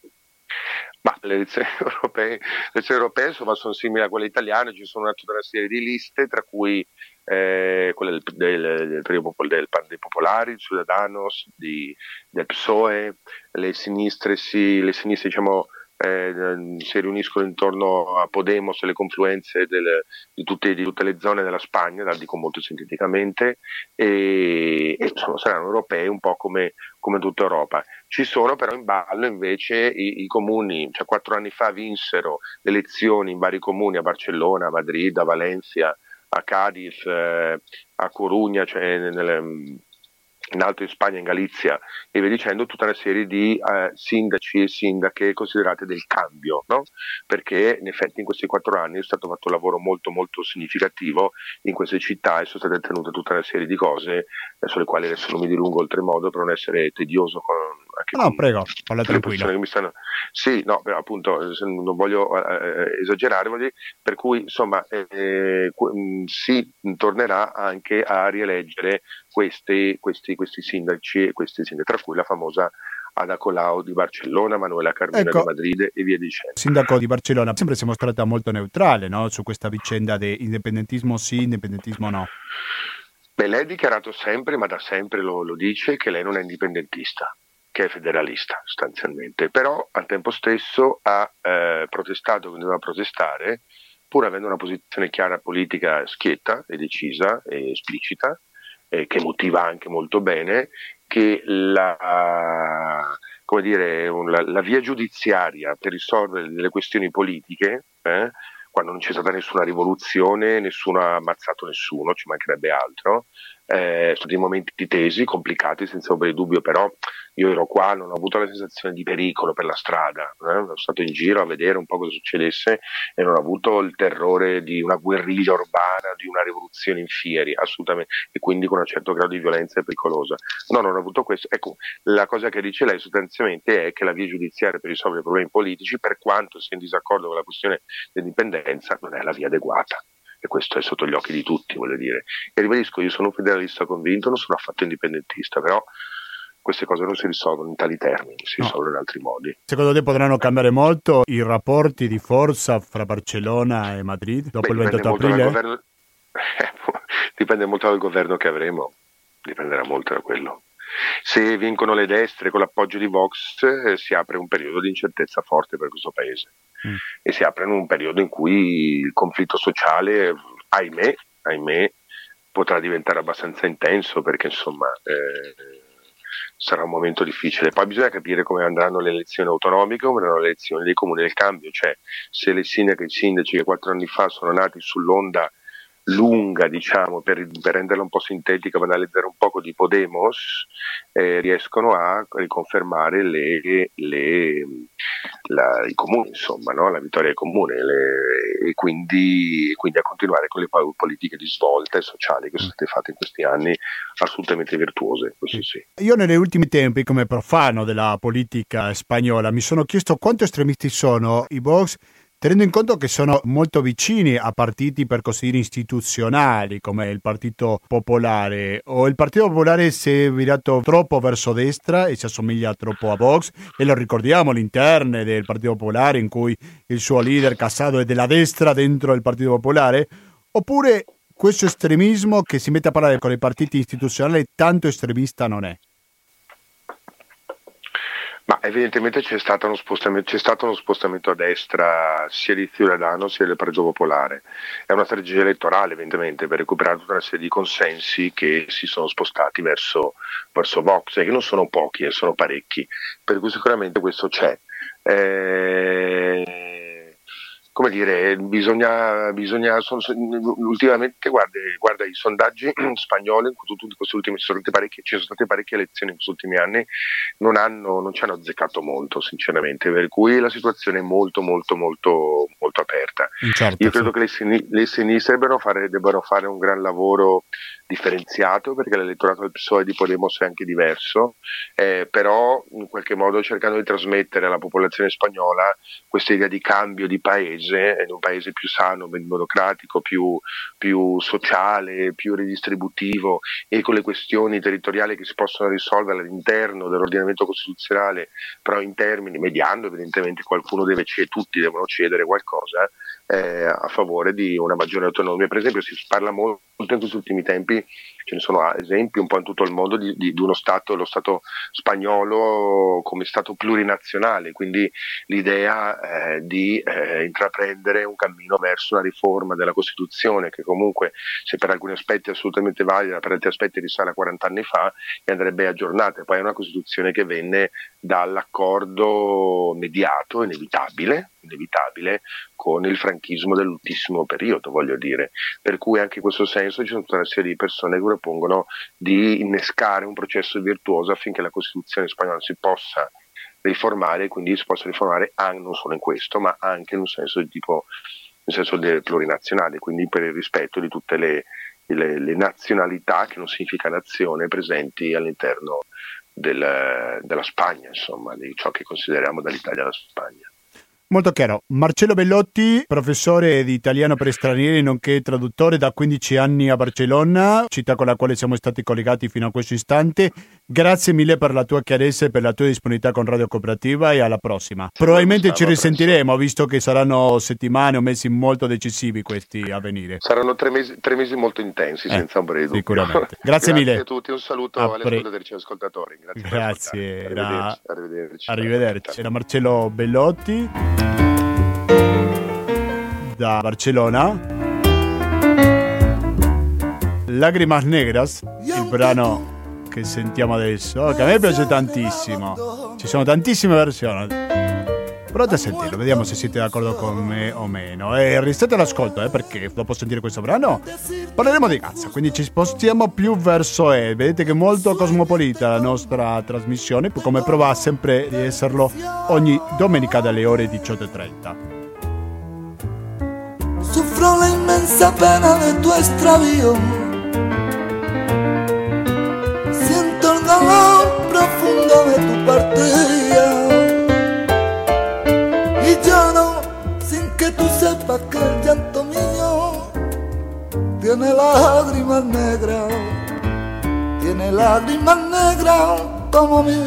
Ma le elezioni europee, le elezioni europee insomma, sono simili a quelle italiane, ci sono una, tutta una serie di liste, tra cui eh, quelle del, del, del, del, dei Popolari, Ciudadanos, di, del P S O E, le sinistre, sì, le sinistre diciamo, eh, si riuniscono intorno a Podemos e le confluenze del, di, tutte, di tutte le zone della Spagna, la dico molto sinteticamente, e, e insomma, saranno europei un po' come, come tutta Europa. Ci sono però in ballo invece i, i comuni, cioè quattro anni fa vinsero le elezioni in vari comuni, a Barcellona, a Madrid, a Valencia, a Cadiz, eh, a Corugna, cioè nelle, in alto in Spagna, in Galizia e via dicendo, tutta una serie di eh, sindaci e sindache considerate del cambio, no? Perché in effetti in questi quattro anni è stato fatto un lavoro molto molto significativo in queste città e sono state tenute tutta una serie di cose eh, sulle quali adesso non mi dilungo oltremodo per non essere tedioso con, anche no, con prego, parla le tranquillo. persone che mi stanno... Sì, no, però appunto non voglio eh, esagerare, voglio dire, per cui insomma eh, si tornerà anche a rieleggere questi, questi, questi sindaci e questi sindaci, tra cui la famosa Ada Colau di Barcellona, Manuela Carmena Ecco, di Madrid e via dicendo. Sindaco di Barcellona, sempre si è mostrata molto neutrale, no? Su questa vicenda di indipendentismo sì, indipendentismo no. Beh, lei ha dichiarato sempre, ma da sempre lo, lo dice, che lei non è indipendentista, che è federalista sostanzialmente, però al tempo stesso ha eh, protestato quando doveva protestare, pur avendo una posizione chiara politica schietta e decisa e esplicita, eh, che motiva anche molto bene, che la, come dire, la, la via giudiziaria per risolvere delle questioni politiche, eh, quando non c'è stata nessuna rivoluzione, nessuno ha ammazzato nessuno, ci mancherebbe altro, eh, sono dei momenti tesi, complicati, senza ombra di dubbio, però io ero qua, non ho avuto la sensazione di pericolo per la strada, eh? Sono stato in giro a vedere un po' cosa succedesse e non ho avuto il terrore di una guerriglia urbana, di una rivoluzione in fieri, assolutamente, e quindi con un certo grado di violenza e pericolosa. No, non ho avuto questo. Ecco, la cosa che dice lei sostanzialmente è che la via giudiziaria per risolvere i problemi politici, per quanto sia in disaccordo con la questione dell'indipendenza, non è la via adeguata. E questo è sotto gli occhi di tutti, voglio dire. E ribadisco, io sono un federalista convinto, non sono affatto indipendentista, però queste cose non si risolvono in tali termini, si risolvono no. in altri modi. Secondo te potranno cambiare molto i rapporti di forza fra Barcellona e Madrid dopo Beh, il ventotto aprile? Governo... dipende molto dal governo che avremo, dipenderà molto da quello. Se vincono le destre con l'appoggio di Vox eh, si apre un periodo di incertezza forte per questo paese mm. e si apre in un periodo in cui il conflitto sociale, ahimè, ahimè potrà diventare abbastanza intenso, perché insomma eh, sarà un momento difficile. Poi bisogna capire come andranno le elezioni autonamiche, come andranno le elezioni dei comuni del cambio, cioè se le sindache e i sindaci che quattro anni fa sono nati sull'onda lunga, diciamo, per, per renderla un po' sintetica, per analizzare un poco di Podemos, eh, riescono a riconfermare le, le, la, i comuni, insomma, no? La vittoria dei comuni le, e quindi, quindi a continuare con le politiche di svolta e sociali che sono state fatte in questi anni, assolutamente virtuose, questo sì. Io negli ultimi tempi, come profano della politica spagnola, mi sono chiesto quanto estremisti sono i Vox, tenendo in conto che sono molto vicini a partiti per così dire istituzionali come il Partito Popolare, o il Partito Popolare si è virato troppo verso destra e si assomiglia troppo a Vox, e lo ricordiamo all'interno del Partito Popolare in cui il suo leader Casado è della destra dentro il Partito Popolare, oppure questo estremismo che si mette a parlare con i partiti istituzionali tanto estremista non è? Ma evidentemente c'è stato uno spostamento, c'è stato uno spostamento a destra sia di Ciudadanos sia del Partito Popolare. È una strategia elettorale evidentemente per recuperare tutta una serie di consensi che si sono spostati verso, verso Vox, e che non sono pochi, eh, sono parecchi, per cui sicuramente questo c'è. Eh... Come dire, bisogna, bisogna sono, ultimamente guarda, guarda i sondaggi spagnoli, tutti questi ultimi, ci sono state parecchie, ci sono state parecchie elezioni in questi ultimi anni, non, hanno, non ci hanno azzeccato molto sinceramente, per cui la situazione è molto molto molto molto aperta. Certo, Io credo sì. che le, sin- le sinistre debbano fare, debbano fare un gran lavoro differenziato, perché l'elettorato del P S O E e di Podemos è anche diverso, eh, però in qualche modo cercando di trasmettere alla popolazione spagnola questa idea di cambio di paese, in un paese più sano, più democratico, più, più sociale, più ridistributivo, e con le questioni territoriali che si possono risolvere all'interno dell'ordinamento costituzionale, però in termini, mediando evidentemente qualcuno deve cedere, tutti devono cedere qualcosa, cosa eh, a favore di una maggiore autonomia. Per esempio si parla molto in questi ultimi tempi, ce ne sono esempi un po' in tutto il mondo di, di, di uno Stato, lo Stato spagnolo come Stato plurinazionale, quindi l'idea eh, di eh, intraprendere un cammino verso una riforma della Costituzione che comunque, se per alcuni aspetti è assolutamente valida, per altri aspetti risale a quaranta anni fa e andrebbe aggiornata. Poi è una Costituzione che venne dall'accordo mediato, inevitabile, inevitabile con il franchismo dell'ultimo periodo, voglio dire, per cui anche in questo senso ci sono tutta una serie di persone che propongono di innescare un processo virtuoso affinché la Costituzione spagnola si possa riformare e quindi si possa riformare anche, non solo in questo, ma anche in un senso di tipo, nel senso del plurinazionale, quindi per il rispetto di tutte le, le, le nazionalità, che non significa nazione, presenti all'interno del, della Spagna, insomma, di ciò che consideriamo dall'Italia alla Spagna. Molto chiaro. Marcello Bellotti, professore di italiano per stranieri nonché traduttore da quindici anni a Barcellona, città con la quale siamo stati collegati fino a questo istante. Grazie mille per la tua chiarezza e per la tua disponibilità con Radio Cooperativa e alla prossima. Probabilmente ci risentiremo, visto che saranno settimane o mesi molto decisivi questi a venire. Saranno tre mesi, tre mesi molto intensi, eh, senza ombra di dubbio. Sicuramente. Grazie, Grazie mille. Grazie a tutti, un saluto alle pre- ascoltatrici e ascoltatori. Grazie. Grazie. Era... Arrivederci. Arrivederci. Arrivederci. Era Marcello Bellotti da Barcellona. Lágrimas Negras, il brano che sentiamo adesso, che a me piace tantissimo. Ci sono tantissime versioni. Provate a sentirlo, vediamo se siete d'accordo con me o meno. E restate all'ascolto, eh, perché dopo sentire questo brano parleremo di cazzo, quindi ci spostiamo più verso est. Vedete che è molto cosmopolita la nostra trasmissione, come prova sempre di esserlo ogni domenica dalle ore diciotto e trenta. Sufro la inmensa pena de tu extravío, siento el dolor profundo de tu partida y lloro sin que tú sepas que el llanto mío tiene lágrimas negras, tiene lágrimas negras como mi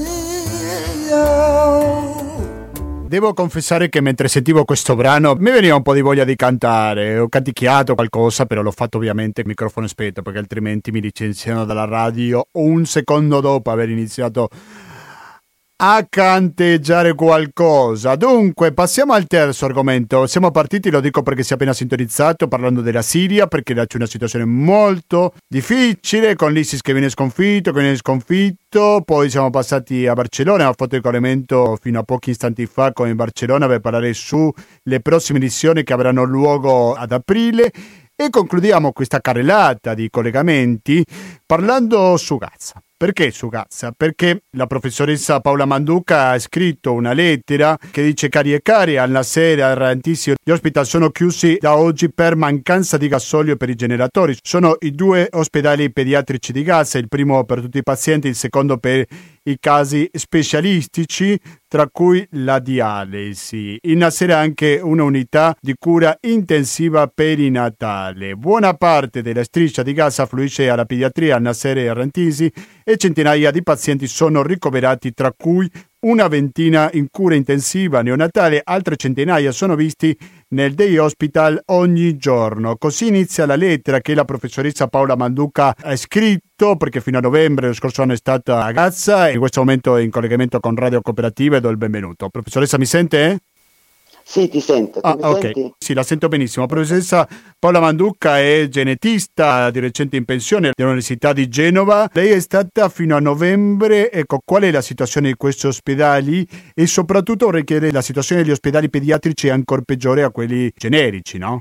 vida. Devo confessare che mentre sentivo questo brano mi veniva un po' di voglia di cantare, ho canticchiato qualcosa, però l'ho fatto ovviamente a microfono spento perché altrimenti mi licenziano dalla radio un secondo dopo aver iniziato a canteggiare qualcosa. Dunque passiamo al terzo argomento. Siamo partiti, lo dico perché si è appena sintonizzato, parlando della Siria, perché là c'è una situazione molto difficile con l'ISIS che viene sconfitto, che viene sconfitto. Poi siamo passati a Barcellona, ho fatto il collegamento fino a pochi istanti fa con il Barcellona per parlare sulle prossime edizioni che avranno luogo ad aprile. E concludiamo questa carrellata di collegamenti parlando su Gaza. Perché su Gaza? Perché la professoressa Paola Manduca ha scritto una lettera che dice: cari e cari, al Nasser e al Rantisi gli ospedali sono chiusi da oggi per mancanza di gasolio per i generatori. Sono i due ospedali pediatrici di Gaza, il primo per tutti i pazienti, il secondo per i casi specialistici, tra cui la dialisi. Il Nasser ha anche un'unità di cura intensiva perinatale. Buona parte della striscia di Gaza fluisce alla pediatria al Nasser e al Rantisi e centinaia di pazienti sono ricoverati, tra cui una ventina in cura intensiva neonatale, altre centinaia sono visti nel Day Hospital ogni giorno. Così inizia la lettera che la professoressa Paola Manduca ha scritto, perché fino a novembre lo scorso anno è stata a Gaza e in questo momento è in collegamento con Radio Cooperativa e do il benvenuto. Professoressa, mi sente? Sì, ti sento. Ah, mi ok, senti? sì, la sento benissimo. La professoressa Paola Manduca è genetista di recente in pensione all'Università di Genova. Lei è stata fino a novembre. Ecco, qual è la situazione di questi ospedali e soprattutto vorrei chiedere la situazione degli ospedali pediatrici è ancora peggiore a quelli generici, no?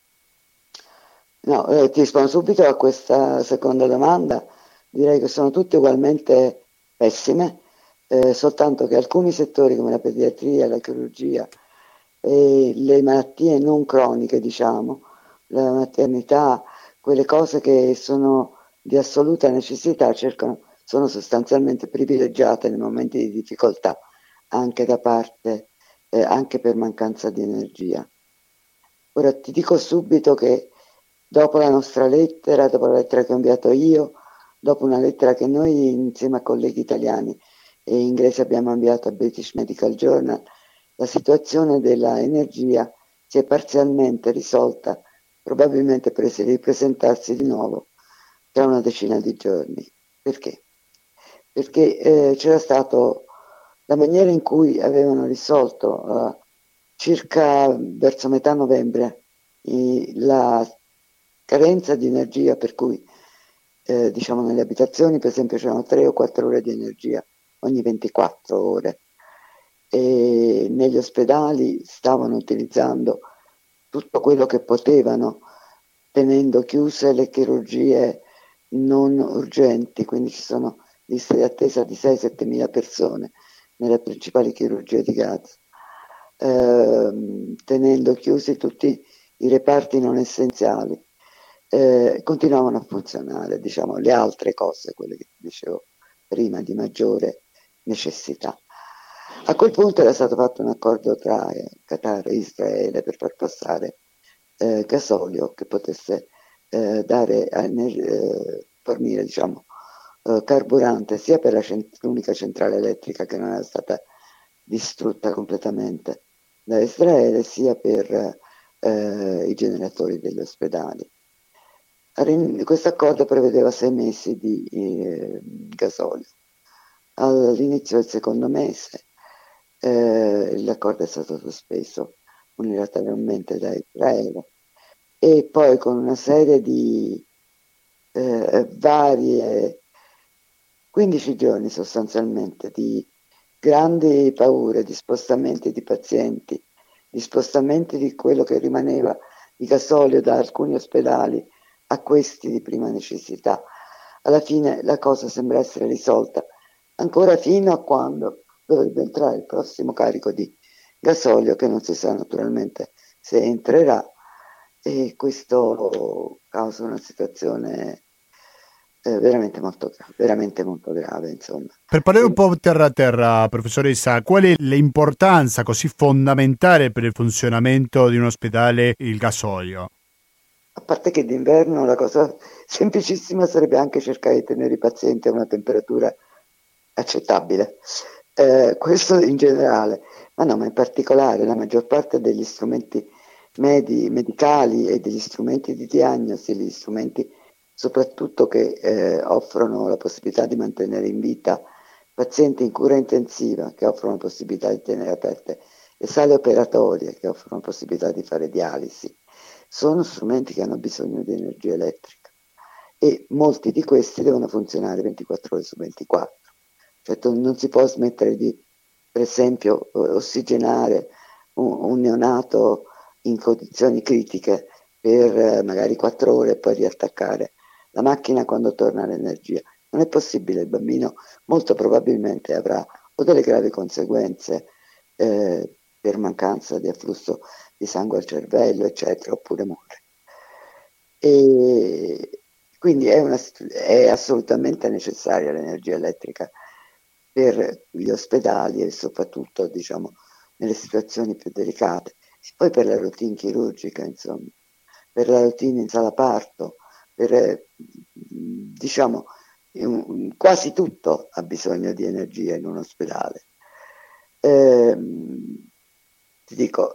No, eh, ti rispondo subito a questa seconda domanda. Direi che sono tutte ugualmente pessime, eh, soltanto che alcuni settori come la pediatria, la chirurgia e le malattie non croniche, diciamo, la maternità, quelle cose che sono di assoluta necessità, cercano, sono sostanzialmente privilegiate nei momenti di difficoltà, anche da parte, eh, anche per mancanza di energia. Ora ti dico subito che dopo la nostra lettera, dopo la lettera che ho inviato io, dopo una lettera che noi insieme a colleghi italiani e inglesi abbiamo inviato a British Medical Journal, la situazione della energia si è parzialmente risolta, probabilmente per ripresentarsi di nuovo tra una decina di giorni. Perché? Perché eh, c'era stato la maniera in cui avevano risolto uh, circa verso metà novembre i, la carenza di energia, per cui eh, diciamo nelle abitazioni per esempio c'erano tre o quattro ore di energia ogni ventiquattro ore, e negli ospedali stavano utilizzando tutto quello che potevano, tenendo chiuse le chirurgie non urgenti, quindi ci sono liste di attesa di sei sette mila persone nelle principali chirurgie di Gaza, eh, tenendo chiusi tutti i reparti non essenziali. Eh, continuavano a funzionare, diciamo, le altre cose, quelle che dicevo prima, di maggiore necessità. A quel punto era stato fatto un accordo tra Qatar e Israele per far passare eh, gasolio che potesse eh, dare, eh, fornire, diciamo, eh, carburante sia per la cent- l'unica centrale elettrica che non era stata distrutta completamente da Israele, sia per eh, i generatori degli ospedali. Questo accordo prevedeva sei mesi di eh, gasolio. All'inizio del secondo mese eh, l'accordo è stato sospeso unilateralmente da Israele, e poi con una serie di eh, varie quindici giorni sostanzialmente di grandi paure, di spostamenti di pazienti, di spostamenti di quello che rimaneva di gasolio da alcuni ospedali a questi di prima necessità. Alla fine la cosa sembra essere risolta, ancora fino a quando dovrebbe entrare il prossimo carico di gasolio, che non si sa naturalmente se entrerà, e questo causa una situazione eh, veramente molto grave, veramente molto grave, insomma. Per parlare un po' terra a terra, professoressa, qual è l'importanza così fondamentale per il funzionamento di un ospedale il gasolio? A parte che d'inverno la cosa semplicissima sarebbe anche cercare di tenere i pazienti a una temperatura accettabile, eh, questo in generale, ma no, ma in particolare la maggior parte degli strumenti medi, medicali e degli strumenti di diagnosi, gli strumenti soprattutto che eh, offrono la possibilità di mantenere in vita pazienti in cura intensiva, che offrono la possibilità di tenere aperte le sale operatorie, che offrono la possibilità di fare dialisi, sono strumenti che hanno bisogno di energia elettrica, e molti di questi devono funzionare ventiquattro ore su ventiquattro. Cioè non si può smettere di, per esempio, ossigenare un, un neonato in condizioni critiche per eh, magari quattro ore e poi riattaccare la macchina quando torna l'energia. Non è possibile, il bambino molto probabilmente avrà o delle gravi conseguenze eh, per mancanza di afflusso di sangue al cervello, eccetera, oppure muore. E quindi è, una, è assolutamente necessaria l'energia elettrica per gli ospedali e soprattutto, diciamo, nelle situazioni più delicate. Poi per la routine chirurgica, insomma, per la routine in sala parto, per, diciamo, quasi tutto ha bisogno di energia in un ospedale. Eh, ti dico,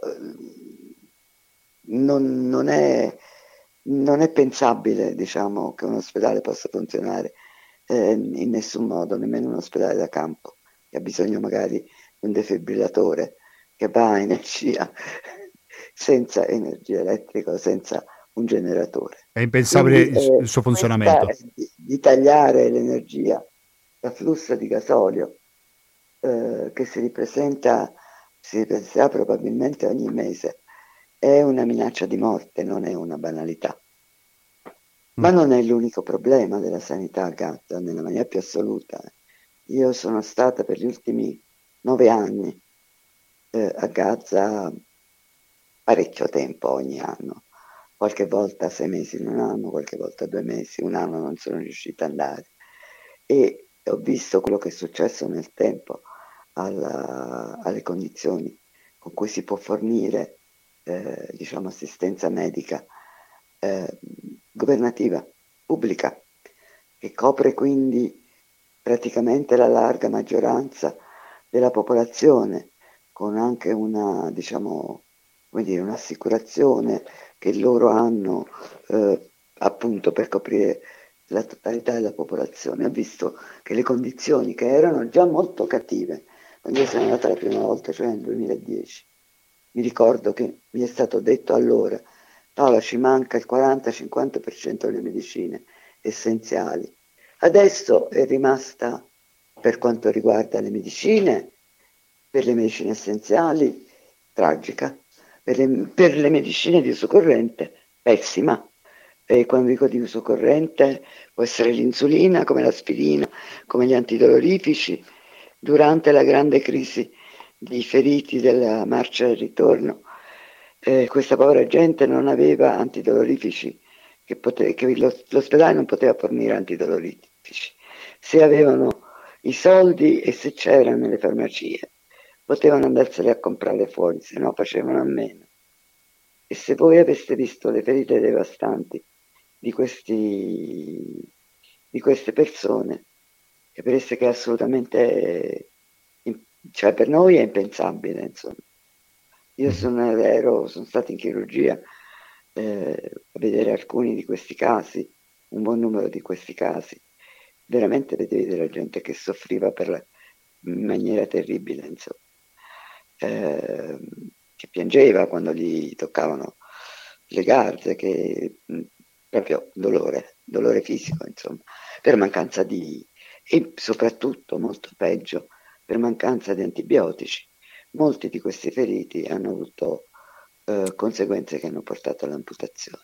non, non, è, non è pensabile, diciamo, che un ospedale possa funzionare eh, in nessun modo, nemmeno un ospedale da campo, che ha bisogno magari di un defibrillatore che va a energia, senza energia elettrica, senza un generatore. È impensabile Quindi, il, eh, il suo funzionamento. Di, di tagliare l'energia da flusso di gasolio eh, che si ripresenta, si ripresenterà probabilmente ogni mese, è una minaccia di morte, non è una banalità. Ma non è l'unico problema della sanità a Gaza, nella maniera più assoluta. Io sono stata per gli ultimi nove anni eh, a Gaza parecchio tempo ogni anno, qualche volta sei mesi in un anno, qualche volta due mesi, un anno non sono riuscita ad andare, e ho visto quello che è successo nel tempo alla, alle condizioni con cui si può fornire eh, diciamo assistenza medica eh, governativa, pubblica, che copre quindi praticamente la larga maggioranza della popolazione, con anche una, diciamo, come dire, un'assicurazione che loro hanno eh, appunto per coprire la totalità della popolazione, ha visto che le condizioni, che erano già molto cattive, quando io sono andata la prima volta, cioè nel duemiladieci, mi ricordo che mi è stato detto allora: Paola, ci manca il quaranta cinquanta per cento delle medicine essenziali. Adesso è rimasta, per quanto riguarda le medicine, per le medicine essenziali, tragica, per le, per le medicine di uso corrente, pessima. E quando dico di uso corrente può essere l'insulina, come l'aspirina, come gli antidolorifici. Durante la grande crisi dei feriti della marcia del ritorno, eh, questa povera gente non aveva antidolorifici, che, pote- che lo, l'ospedale non poteva fornire antidolorifici. Se avevano i soldi e se c'erano nelle farmacie, potevano andarsene a comprare fuori, se no facevano a meno. E se voi aveste visto le ferite devastanti di, questi, di queste persone, capireste che è assolutamente, cioè per noi è impensabile, insomma. Io sono, ero, sono stata in chirurgia eh, a vedere alcuni di questi casi, un buon numero di questi casi. Veramente vedevi della gente che soffriva per la, in maniera terribile, insomma. Eh, che piangeva quando gli toccavano le garze, che mh, proprio dolore, dolore fisico, insomma, per mancanza di, e soprattutto molto peggio, per mancanza di antibiotici. Molti di questi feriti hanno avuto eh, conseguenze che hanno portato all'amputazione.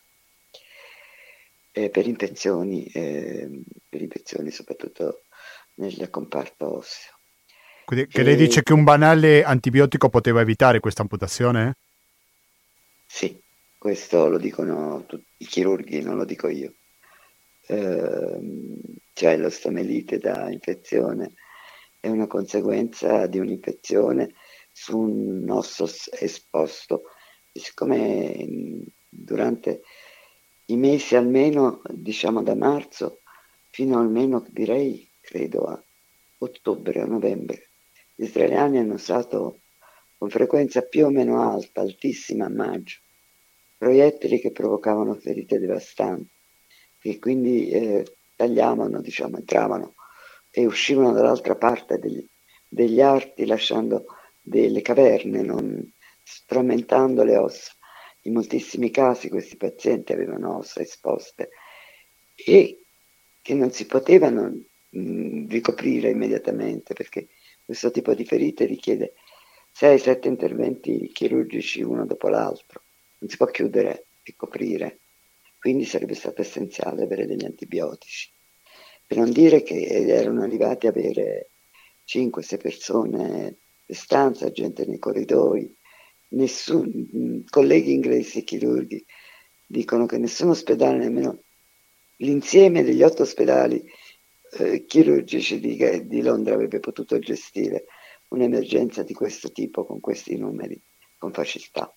Eh, per infezioni, eh, per infezioni soprattutto nel comparto osseo. Quindi, che lei dice che un banale antibiotico poteva evitare questa amputazione? Sì, questo lo dicono tutti i chirurghi, non lo dico io. Eh, cioè l'osteomelite da infezione è una conseguenza di un'infezione su un osso esposto. E siccome durante i mesi almeno, diciamo da marzo, fino almeno direi, credo a ottobre o novembre, gli israeliani hanno usato con frequenza più o meno alta, altissima a maggio, proiettili che provocavano ferite devastanti, che quindi eh, tagliavano, diciamo, entravano e uscivano dall'altra parte degli, degli arti, lasciando delle caverne, non frammentando le ossa. In moltissimi casi questi pazienti avevano ossa esposte e che non si potevano mh, ricoprire immediatamente, perché questo tipo di ferite richiede sei sette interventi chirurgici uno dopo l'altro, non si può chiudere e coprire, quindi sarebbe stato essenziale avere degli antibiotici, per non dire che erano arrivati a avere cinque sei persone in stanza, gente nei corridoi. Nessun, colleghi inglesi chirurghi dicono che nessun ospedale, nemmeno l'insieme degli otto ospedali eh, chirurgici di, di Londra avrebbe potuto gestire un'emergenza di questo tipo con questi numeri con facilità.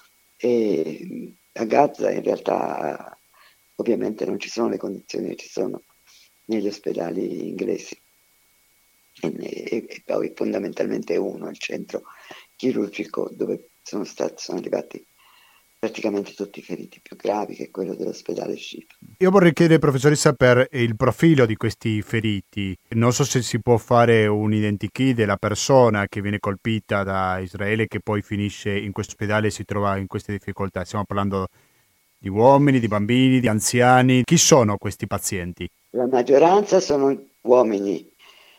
E a Gaza in realtà ovviamente non ci sono le condizioni che ci sono negli ospedali inglesi e, e, e poi fondamentalmente uno, il centro chirurgico dove sono stati, sono arrivati praticamente tutti i feriti più gravi, che è quello dell'ospedale Shifa. Io vorrei chiedere, professoressa, per il profilo di questi feriti. Non so se si può fare un identikit della persona che viene colpita da Israele, che poi finisce in questo ospedale e si trova in queste difficoltà. Stiamo parlando di uomini, di bambini, di anziani. Chi sono questi pazienti? La maggioranza sono uomini,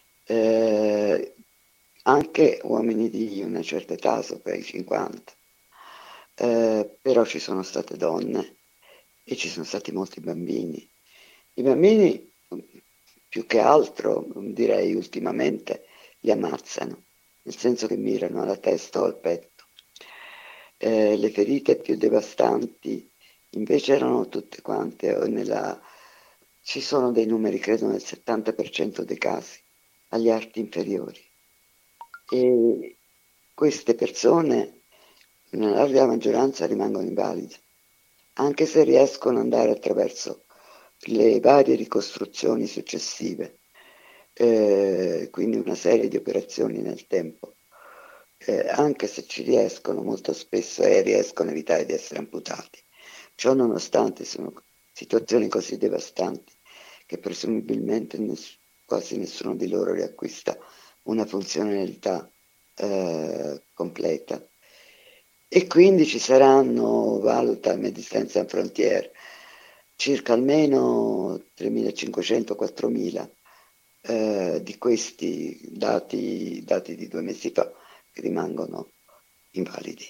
eh, anche uomini di una certa età, sopra i cinquanta. Eh, però ci sono state donne e ci sono stati molti bambini. I bambini, più che altro, direi ultimamente, li ammazzano, nel senso che mirano alla testa o al petto. Eh, le ferite più devastanti invece erano tutte quante, nella, ci sono dei numeri, credo nel settanta per cento dei casi, agli arti inferiori. E queste persone nella larga maggioranza rimangono invalide, anche se riescono ad andare attraverso le varie ricostruzioni successive, eh, quindi una serie di operazioni nel tempo. eh, anche se ci riescono molto spesso e riescono a evitare di essere amputati. Ciò nonostante sono situazioni così devastanti che presumibilmente ness- quasi nessuno di loro riacquista una funzionalità eh, completa. E quindi ci saranno, valuta Médecins Sans Frontières, circa almeno tremilacinquecento quattromila eh, di questi dati, dati di due mesi fa che rimangono invalidi.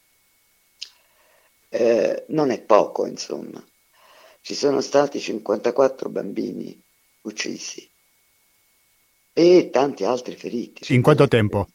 Eh, non è poco, insomma. Ci sono stati cinquantaquattro bambini uccisi e tanti altri feriti. In quanto tempo?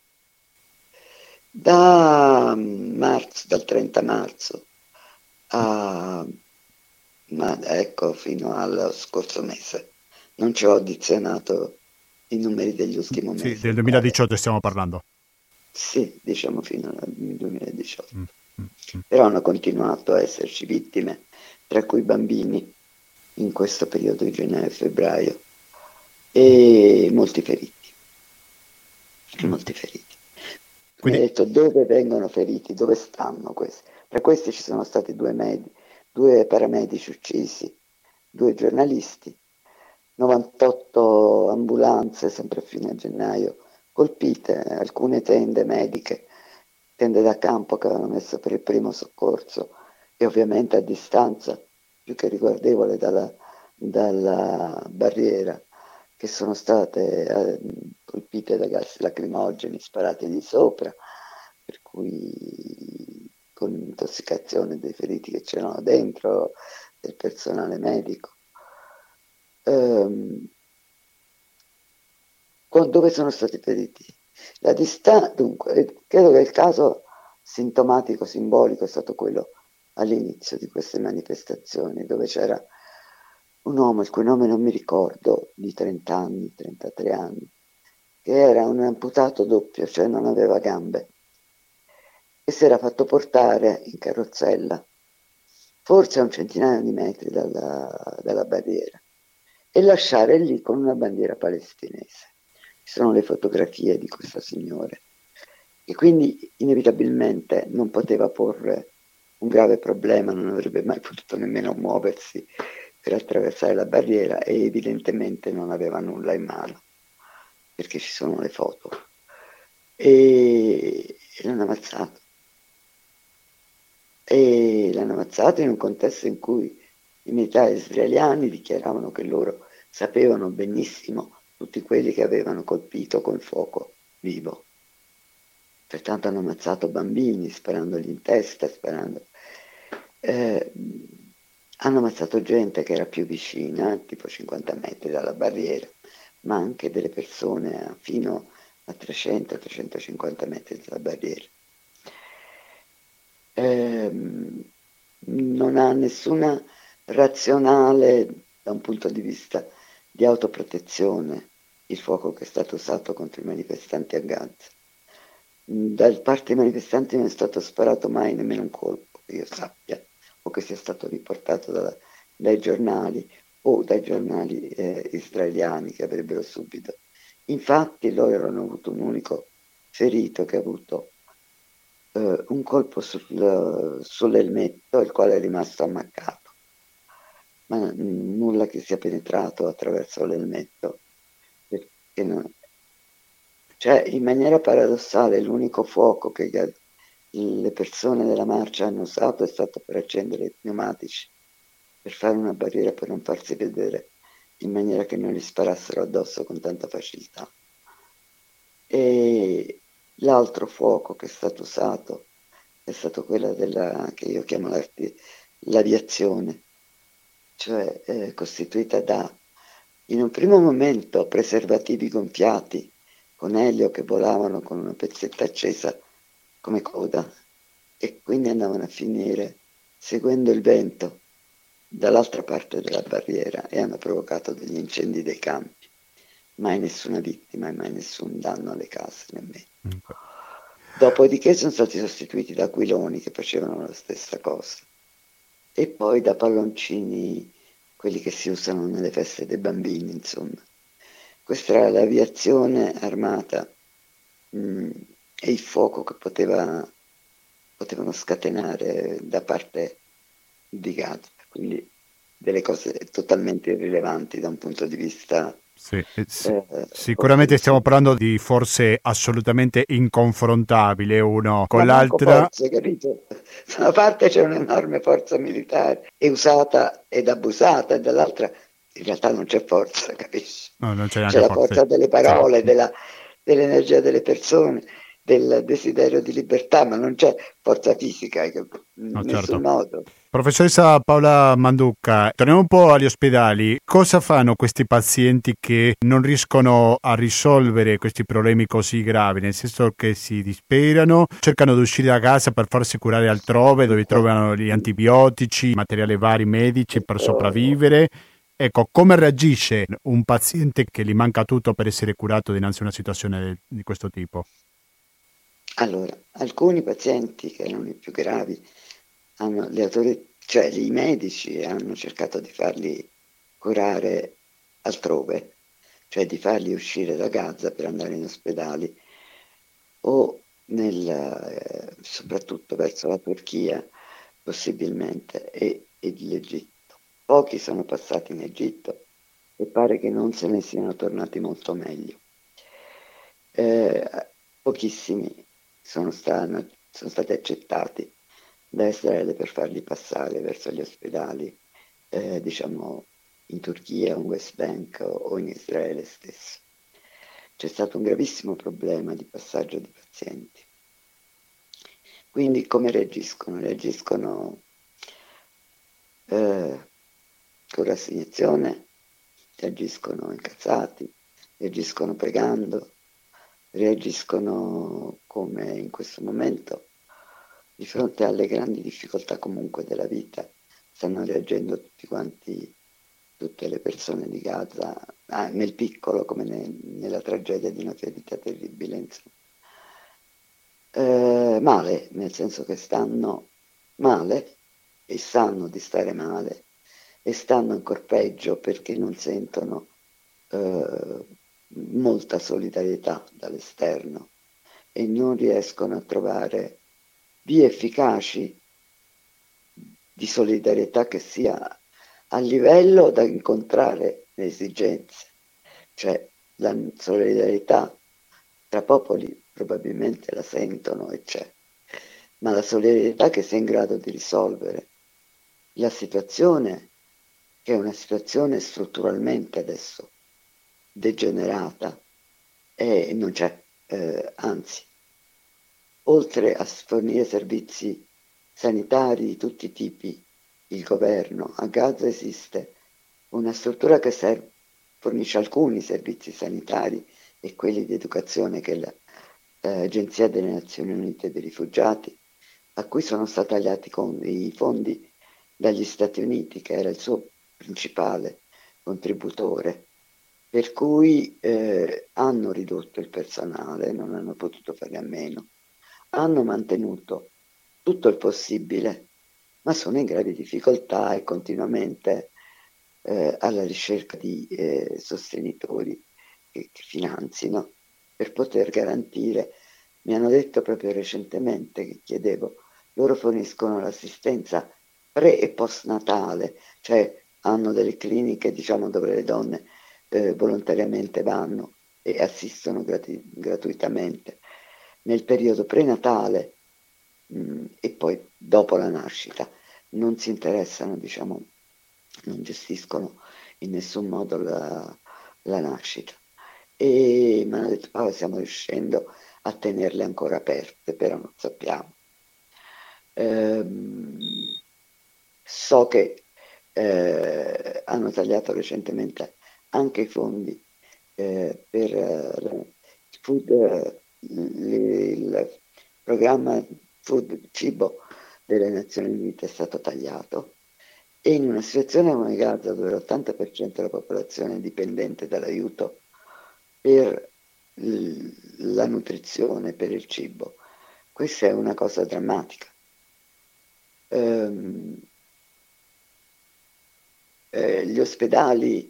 Da marzo, dal trenta marzo a, ma ecco, fino allo scorso mese. Non ci ho addizionato i numeri degli ultimi mesi. Sì, del duemiladiciotto stiamo parlando. Sì, diciamo fino al duemiladiciotto. Mm, mm, mm. Però hanno continuato a esserci vittime, tra cui bambini, in questo periodo di gennaio e febbraio, e molti feriti. E molti feriti. Quindi... Mi ha detto dove vengono feriti, dove stanno questi. Tra questi ci sono stati due, med- due paramedici uccisi, due giornalisti, novantotto ambulanze, sempre a fine gennaio, colpite, alcune tende mediche, tende da campo che avevano messo per il primo soccorso e ovviamente a distanza più che riguardevole dalla, dalla barriera, che sono state eh, colpite da gas lacrimogeni sparati di sopra, per cui con intossicazione dei feriti che c'erano dentro, del personale medico. Ehm, dove sono stati feriti? La distanza, dunque, credo che il caso sintomatico, simbolico è stato quello all'inizio di queste manifestazioni, dove c'era un uomo, il cui nome non mi ricordo, di trenta anni, trentatré anni, che era un amputato doppio, cioè non aveva gambe, e si era fatto portare in carrozzella, forse a un centinaio di metri dalla, dalla barriera, e lasciare lì con una bandiera palestinese. Ci sono le fotografie di questo signore, e quindi inevitabilmente non poteva porre un grave problema, non avrebbe mai potuto nemmeno muoversi per attraversare la barriera, e evidentemente non aveva nulla in mano, perché ci sono le foto. E, e l'hanno ammazzato. E l'hanno ammazzato in un contesto in cui i militari israeliani dichiaravano che loro sapevano benissimo tutti quelli che avevano colpito col fuoco vivo. Pertanto hanno ammazzato bambini sparandogli in testa, sparando. Eh, hanno ammazzato gente che era più vicina, tipo cinquanta metri dalla barriera, ma anche delle persone fino a trecento trecentocinquanta metri dalla barriera. Eh, non ha nessuna razionale, da un punto di vista di autoprotezione, il fuoco che è stato usato contro i manifestanti a Gaza. Da parte dei manifestanti non è stato sparato mai nemmeno un colpo, che io sappia, o che sia stato riportato da, dai giornali o dai giornali eh, israeliani che avrebbero subito. Infatti loro hanno avuto un unico ferito che ha avuto eh, un colpo sul, sull'elmetto, il quale è rimasto ammaccato, ma nulla che sia penetrato attraverso l'elmetto, perché non... Cioè, in maniera paradossale, l'unico fuoco che le persone della marcia hanno usato è stato per accendere i pneumatici, per fare una barriera, per non farsi vedere, in maniera che non gli sparassero addosso con tanta facilità. E l'altro fuoco che è stato usato è stato quello della, che io chiamo l'aviazione, cioè eh, costituita da, in un primo momento, preservativi gonfiati con elio che volavano con una pezzetta accesa come coda, e quindi andavano a finire seguendo il vento dall'altra parte della barriera e hanno provocato degli incendi dei campi. Mai nessuna vittima e mai nessun danno alle case nemmeno. Okay. Dopodiché sono stati sostituiti da aquiloni che facevano la stessa cosa, e poi da palloncini, quelli che si usano nelle feste dei bambini, insomma. Questa era l'aviazione armata mh, e il fuoco che poteva, potevano scatenare da parte di Gaza, quindi delle cose totalmente irrilevanti da un punto di vista. Sì, eh, sì. eh, Sicuramente stiamo parlando di forze assolutamente inconfrontabili uno con Ma manco l'altra. forze, capito? Da una parte c'è un'enorme forza militare, è usata ed abusata, e dall'altra in realtà non c'è forza, capisci? No, non c'è C'è neanche la forza. forza delle parole, Sì. della, dell'energia delle persone, del desiderio di libertà, ma non c'è forza fisica, in No, nessun certo. modo. Professoressa Paola Manduca, torniamo un po' agli ospedali. Cosa fanno questi pazienti che non riescono a risolvere questi problemi così gravi? Nel senso che si disperano, cercano di uscire da casa per farsi curare altrove, dove trovano gli antibiotici, materiali vari medici per sopravvivere. Ecco, come reagisce un paziente che gli manca tutto per essere curato dinanzi a una situazione di questo tipo? Allora, alcuni pazienti che erano i più gravi hanno le autorità, cioè i medici hanno cercato di farli curare altrove, cioè di farli uscire da Gaza per andare in ospedali o nel, eh, soprattutto verso la Turchia possibilmente e, e l'Egitto. Pochi sono passati in Egitto e pare che non se ne siano tornati molto meglio. Eh, pochissimi sono, sta- sono stati accettati da Israele per farli passare verso gli ospedali, eh, diciamo in Turchia, in West Bank o, o in Israele stesso. C'è stato un gravissimo problema di passaggio di pazienti. Quindi come reagiscono? Reagiscono eh, con rassegnazione, reagiscono incazzati, reagiscono pregando, reagiscono come in questo momento di fronte alle grandi difficoltà comunque della vita. Stanno reagendo tutti quanti, tutte le persone di Gaza, ah, nel piccolo come ne, nella tragedia di una ferita terribile, insomma. Eh, male, nel senso che stanno male e sanno di stare male e stanno ancora peggio perché non sentono eh, molta solidarietà dall'esterno e non riescono a trovare vie efficaci di solidarietà che sia a livello da incontrare le esigenze, cioè la solidarietà tra popoli probabilmente la sentono e c'è, ma la solidarietà che sia in grado di risolvere la situazione, che è una situazione strutturalmente adesso degenerata, e non c'è, eh, anzi, oltre a fornire servizi sanitari di tutti i tipi, il governo a Gaza esiste una struttura che serve, fornisce alcuni servizi sanitari e quelli di educazione, che è l'Agenzia delle Nazioni Unite dei Rifugiati, a cui sono stati tagliati con i fondi dagli Stati Uniti, che era il suo principale contributore, per cui eh, hanno ridotto il personale, non hanno potuto fare a meno, hanno mantenuto tutto il possibile, ma sono in gravi difficoltà e continuamente eh, alla ricerca di eh, sostenitori che, che finanzino per poter garantire. Mi hanno detto proprio recentemente che chiedevo, loro forniscono l'assistenza pre e post natale, cioè hanno delle cliniche, diciamo, dove le donne eh, volontariamente vanno e assistono gratu- gratuitamente nel periodo prenatale mh, e poi dopo la nascita. Non si interessano, diciamo, non gestiscono in nessun modo la, la nascita. E mi hanno detto, Paola, stiamo riuscendo a tenerle ancora aperte, però non sappiamo. Ehm, so che eh, hanno tagliato recentemente anche i fondi eh, per eh, il food, eh, il, il programma food cibo delle Nazioni Unite è stato tagliato, e in una situazione come Gaza, dove l'ottanta per cento della popolazione è dipendente dall'aiuto per l- la nutrizione, per il cibo, questa è una cosa drammatica. Ehm, eh, gli ospedali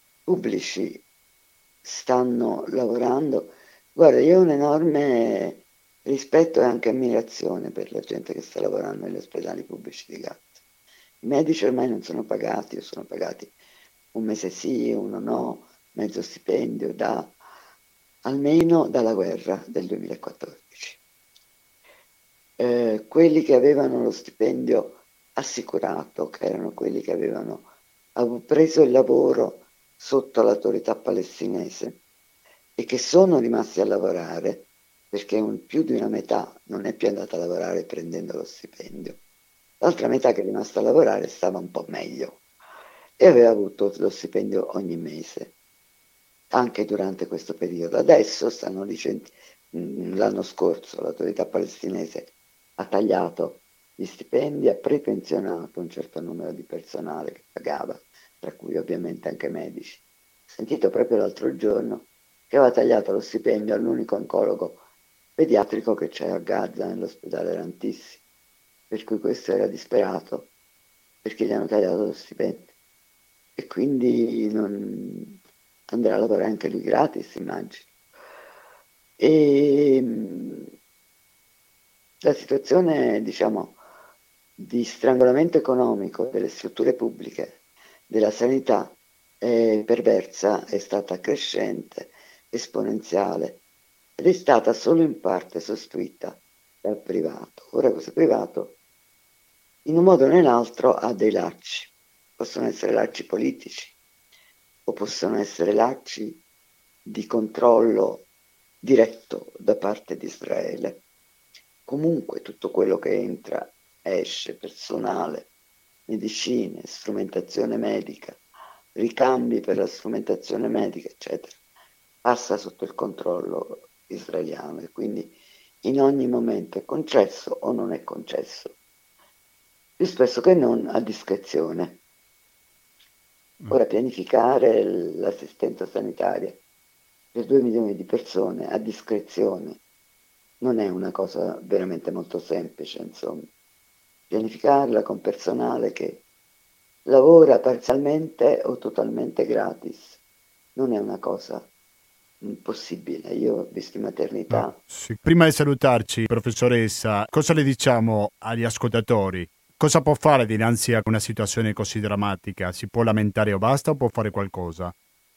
pubblici stanno lavorando. Guarda, io ho un enorme rispetto e anche ammirazione per la gente che sta lavorando negli ospedali pubblici di Gaza. I medici ormai non sono pagati, o sono pagati un mese sì, uno no, mezzo stipendio, da, almeno dalla guerra del duemilaquattordici. Eh, quelli che avevano lo stipendio assicurato, che erano quelli che avevano preso il lavoro sotto l'autorità palestinese e che sono rimasti a lavorare, perché un, più di una metà non è più andata a lavorare prendendo lo stipendio, l'altra metà che è rimasta a lavorare stava un po' meglio e aveva avuto lo stipendio ogni mese, anche durante questo periodo. Adesso stanno dicendo, l'anno scorso l'autorità palestinese ha tagliato gli stipendi, ha prepensionato un certo numero di personale che pagava, tra cui ovviamente anche medici. Ho sentito proprio l'altro giorno che aveva tagliato lo stipendio all'unico oncologo pediatrico che c'è a Gaza, nell'ospedale Rantissi, per cui questo era disperato perché gli hanno tagliato lo stipendio e quindi non andrà a lavorare anche lui gratis, immagino. E la situazione, diciamo, di strangolamento economico delle strutture pubbliche, della sanità, è perversa, è stata crescente, esponenziale, ed è stata solo in parte sostituita dal privato. Ora questo privato, in un modo o nell'altro, ha dei lacci. Possono essere lacci politici o possono essere lacci di controllo diretto da parte di Israele. Comunque tutto quello che entra, esce, personale, medicine, strumentazione medica, ricambi per la strumentazione medica, eccetera, passa sotto il controllo israeliano e quindi in ogni momento è concesso o non è concesso, più spesso che non a discrezione. Ora pianificare l'assistenza sanitaria per due milioni di persone a discrezione non è una cosa veramente molto semplice, insomma. Pianificarla con personale che lavora parzialmente o totalmente gratis non è una cosa possibile. Io ho visto in maternità. No, sì. Prima di salutarci, professoressa, cosa le diciamo agli ascoltatori? Cosa può fare dinanzi a una situazione così drammatica? Si può lamentare o basta o può fare qualcosa?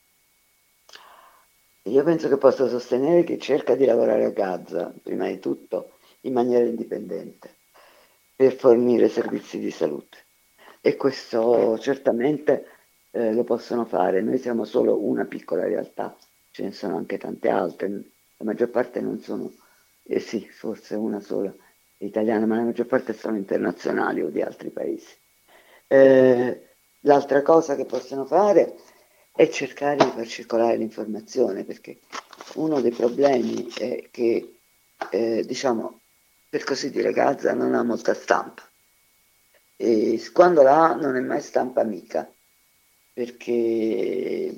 Io penso che possa sostenere chi cerca di lavorare a Gaza, prima di tutto, in maniera indipendente, per fornire servizi di salute. E questo certamente eh, lo possono fare. Noi siamo solo una piccola realtà, ce ne sono anche tante altre. La maggior parte non sono, eh sì, forse una sola italiana, ma la maggior parte sono internazionali o di altri paesi. Eh, l'altra cosa che possono fare è cercare di far circolare l'informazione, perché uno dei problemi è che, eh, diciamo, per così dire, Gaza non ha molta stampa. E quando la ha non è mai stampa amica, perché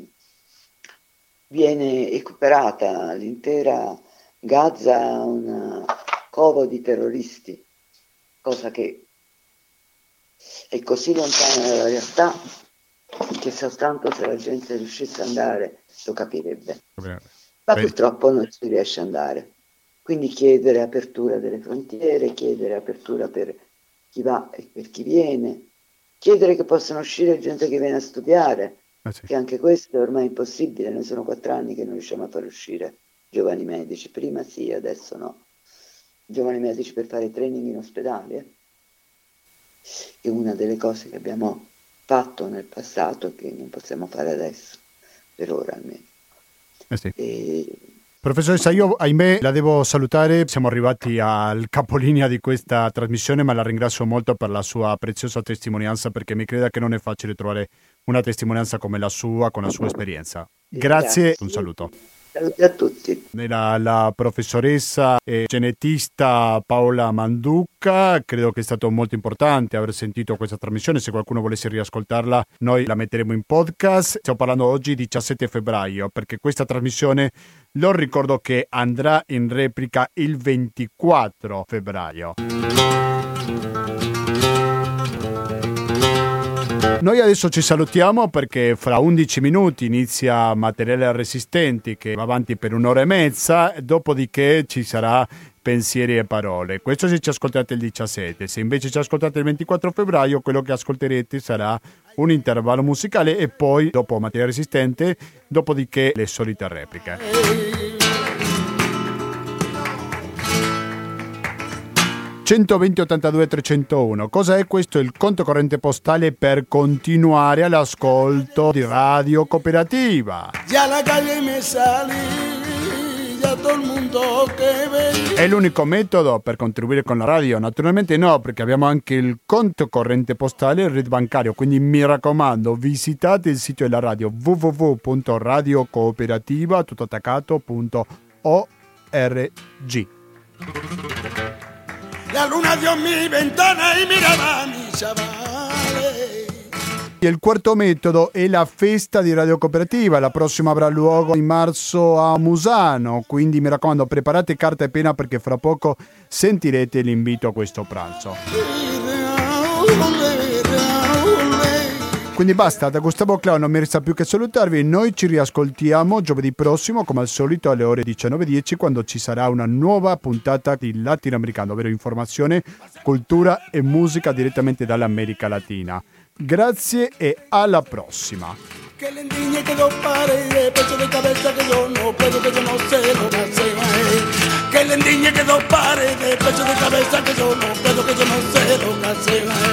viene equiparata l'intera Gaza a un covo di terroristi, cosa che è così lontana dalla realtà che soltanto se la gente riuscisse ad andare lo capirebbe. Ma Beh. purtroppo non si riesce ad andare. Quindi chiedere apertura delle frontiere, chiedere apertura per chi va e per chi viene, chiedere che possano uscire gente che viene a studiare, ah, sì. che anche questo è ormai impossibile. Noi sono quattro anni che non riusciamo a far uscire giovani medici, prima sì, adesso no. Giovani medici per fare training in ospedale, eh? È una delle cose che abbiamo fatto nel passato e che non possiamo fare adesso, per ora almeno. Eh sì. E... Professoressa, io ahimè la devo salutare, siamo arrivati al capolinea di questa trasmissione, ma la ringrazio molto per la sua preziosa testimonianza, perché mi creda che non è facile trovare una testimonianza come la sua, con la sua esperienza. Grazie, Grazie. Un saluto. Saluti a tutti. La, la professoressa e genetista Paola Manduca, credo che è stato molto importante aver sentito questa trasmissione. Se qualcuno volesse riascoltarla, noi la metteremo in podcast. Stiamo parlando oggi diciassette febbraio, perché questa trasmissione, lo ricordo, che andrà in replica il ventiquattro febbraio. Noi adesso ci salutiamo perché fra undici minuti inizia Materiali Resistenti, che va avanti per un'ora e mezza, dopodiché ci sarà pensieri e parole. Questo se ci ascoltate il diciassette, se invece ci ascoltate il ventiquattro febbraio, quello che ascolterete sarà un intervallo musicale e poi dopo Materia Resistente, dopodiché le solite repliche. centoventi ottantadue trecentouno. Cosa è questo? Il conto corrente postale per continuare all'ascolto di Radio Cooperativa. Ya la calle me salí, ya todo el mundo que ve. È l'unico metodo per contribuire con la radio? Naturalmente no, perché abbiamo anche il conto corrente postale e il R I D bancario, quindi mi raccomando, visitate il sito della radio w w w punto radiocooperativa tutto attaccato punto org. La luna dio mi ventana y miraba a mi chavales. Il quarto metodo è la festa di Radio Cooperativa. La prossima avrà luogo in marzo a Musano, quindi mi raccomando, preparate carta e penna perché fra poco sentirete l'invito a questo pranzo. Quindi basta, da Gustavo Clau non mi resta più che salutarvi. Noi ci riascoltiamo giovedì prossimo come al solito alle ore diciannove e dieci, quando ci sarà una nuova puntata di Latinoamericano, ovvero informazione, cultura e musica direttamente dall'America Latina. Grazie e alla prossima. Que le endiñe que dos pares de pecho de cabeza que yo no puedo, que yo no sé lo que hace. Que le endiñe que dos pares de pecho de cabeza que yo no puedo, que yo no sé lo que hace.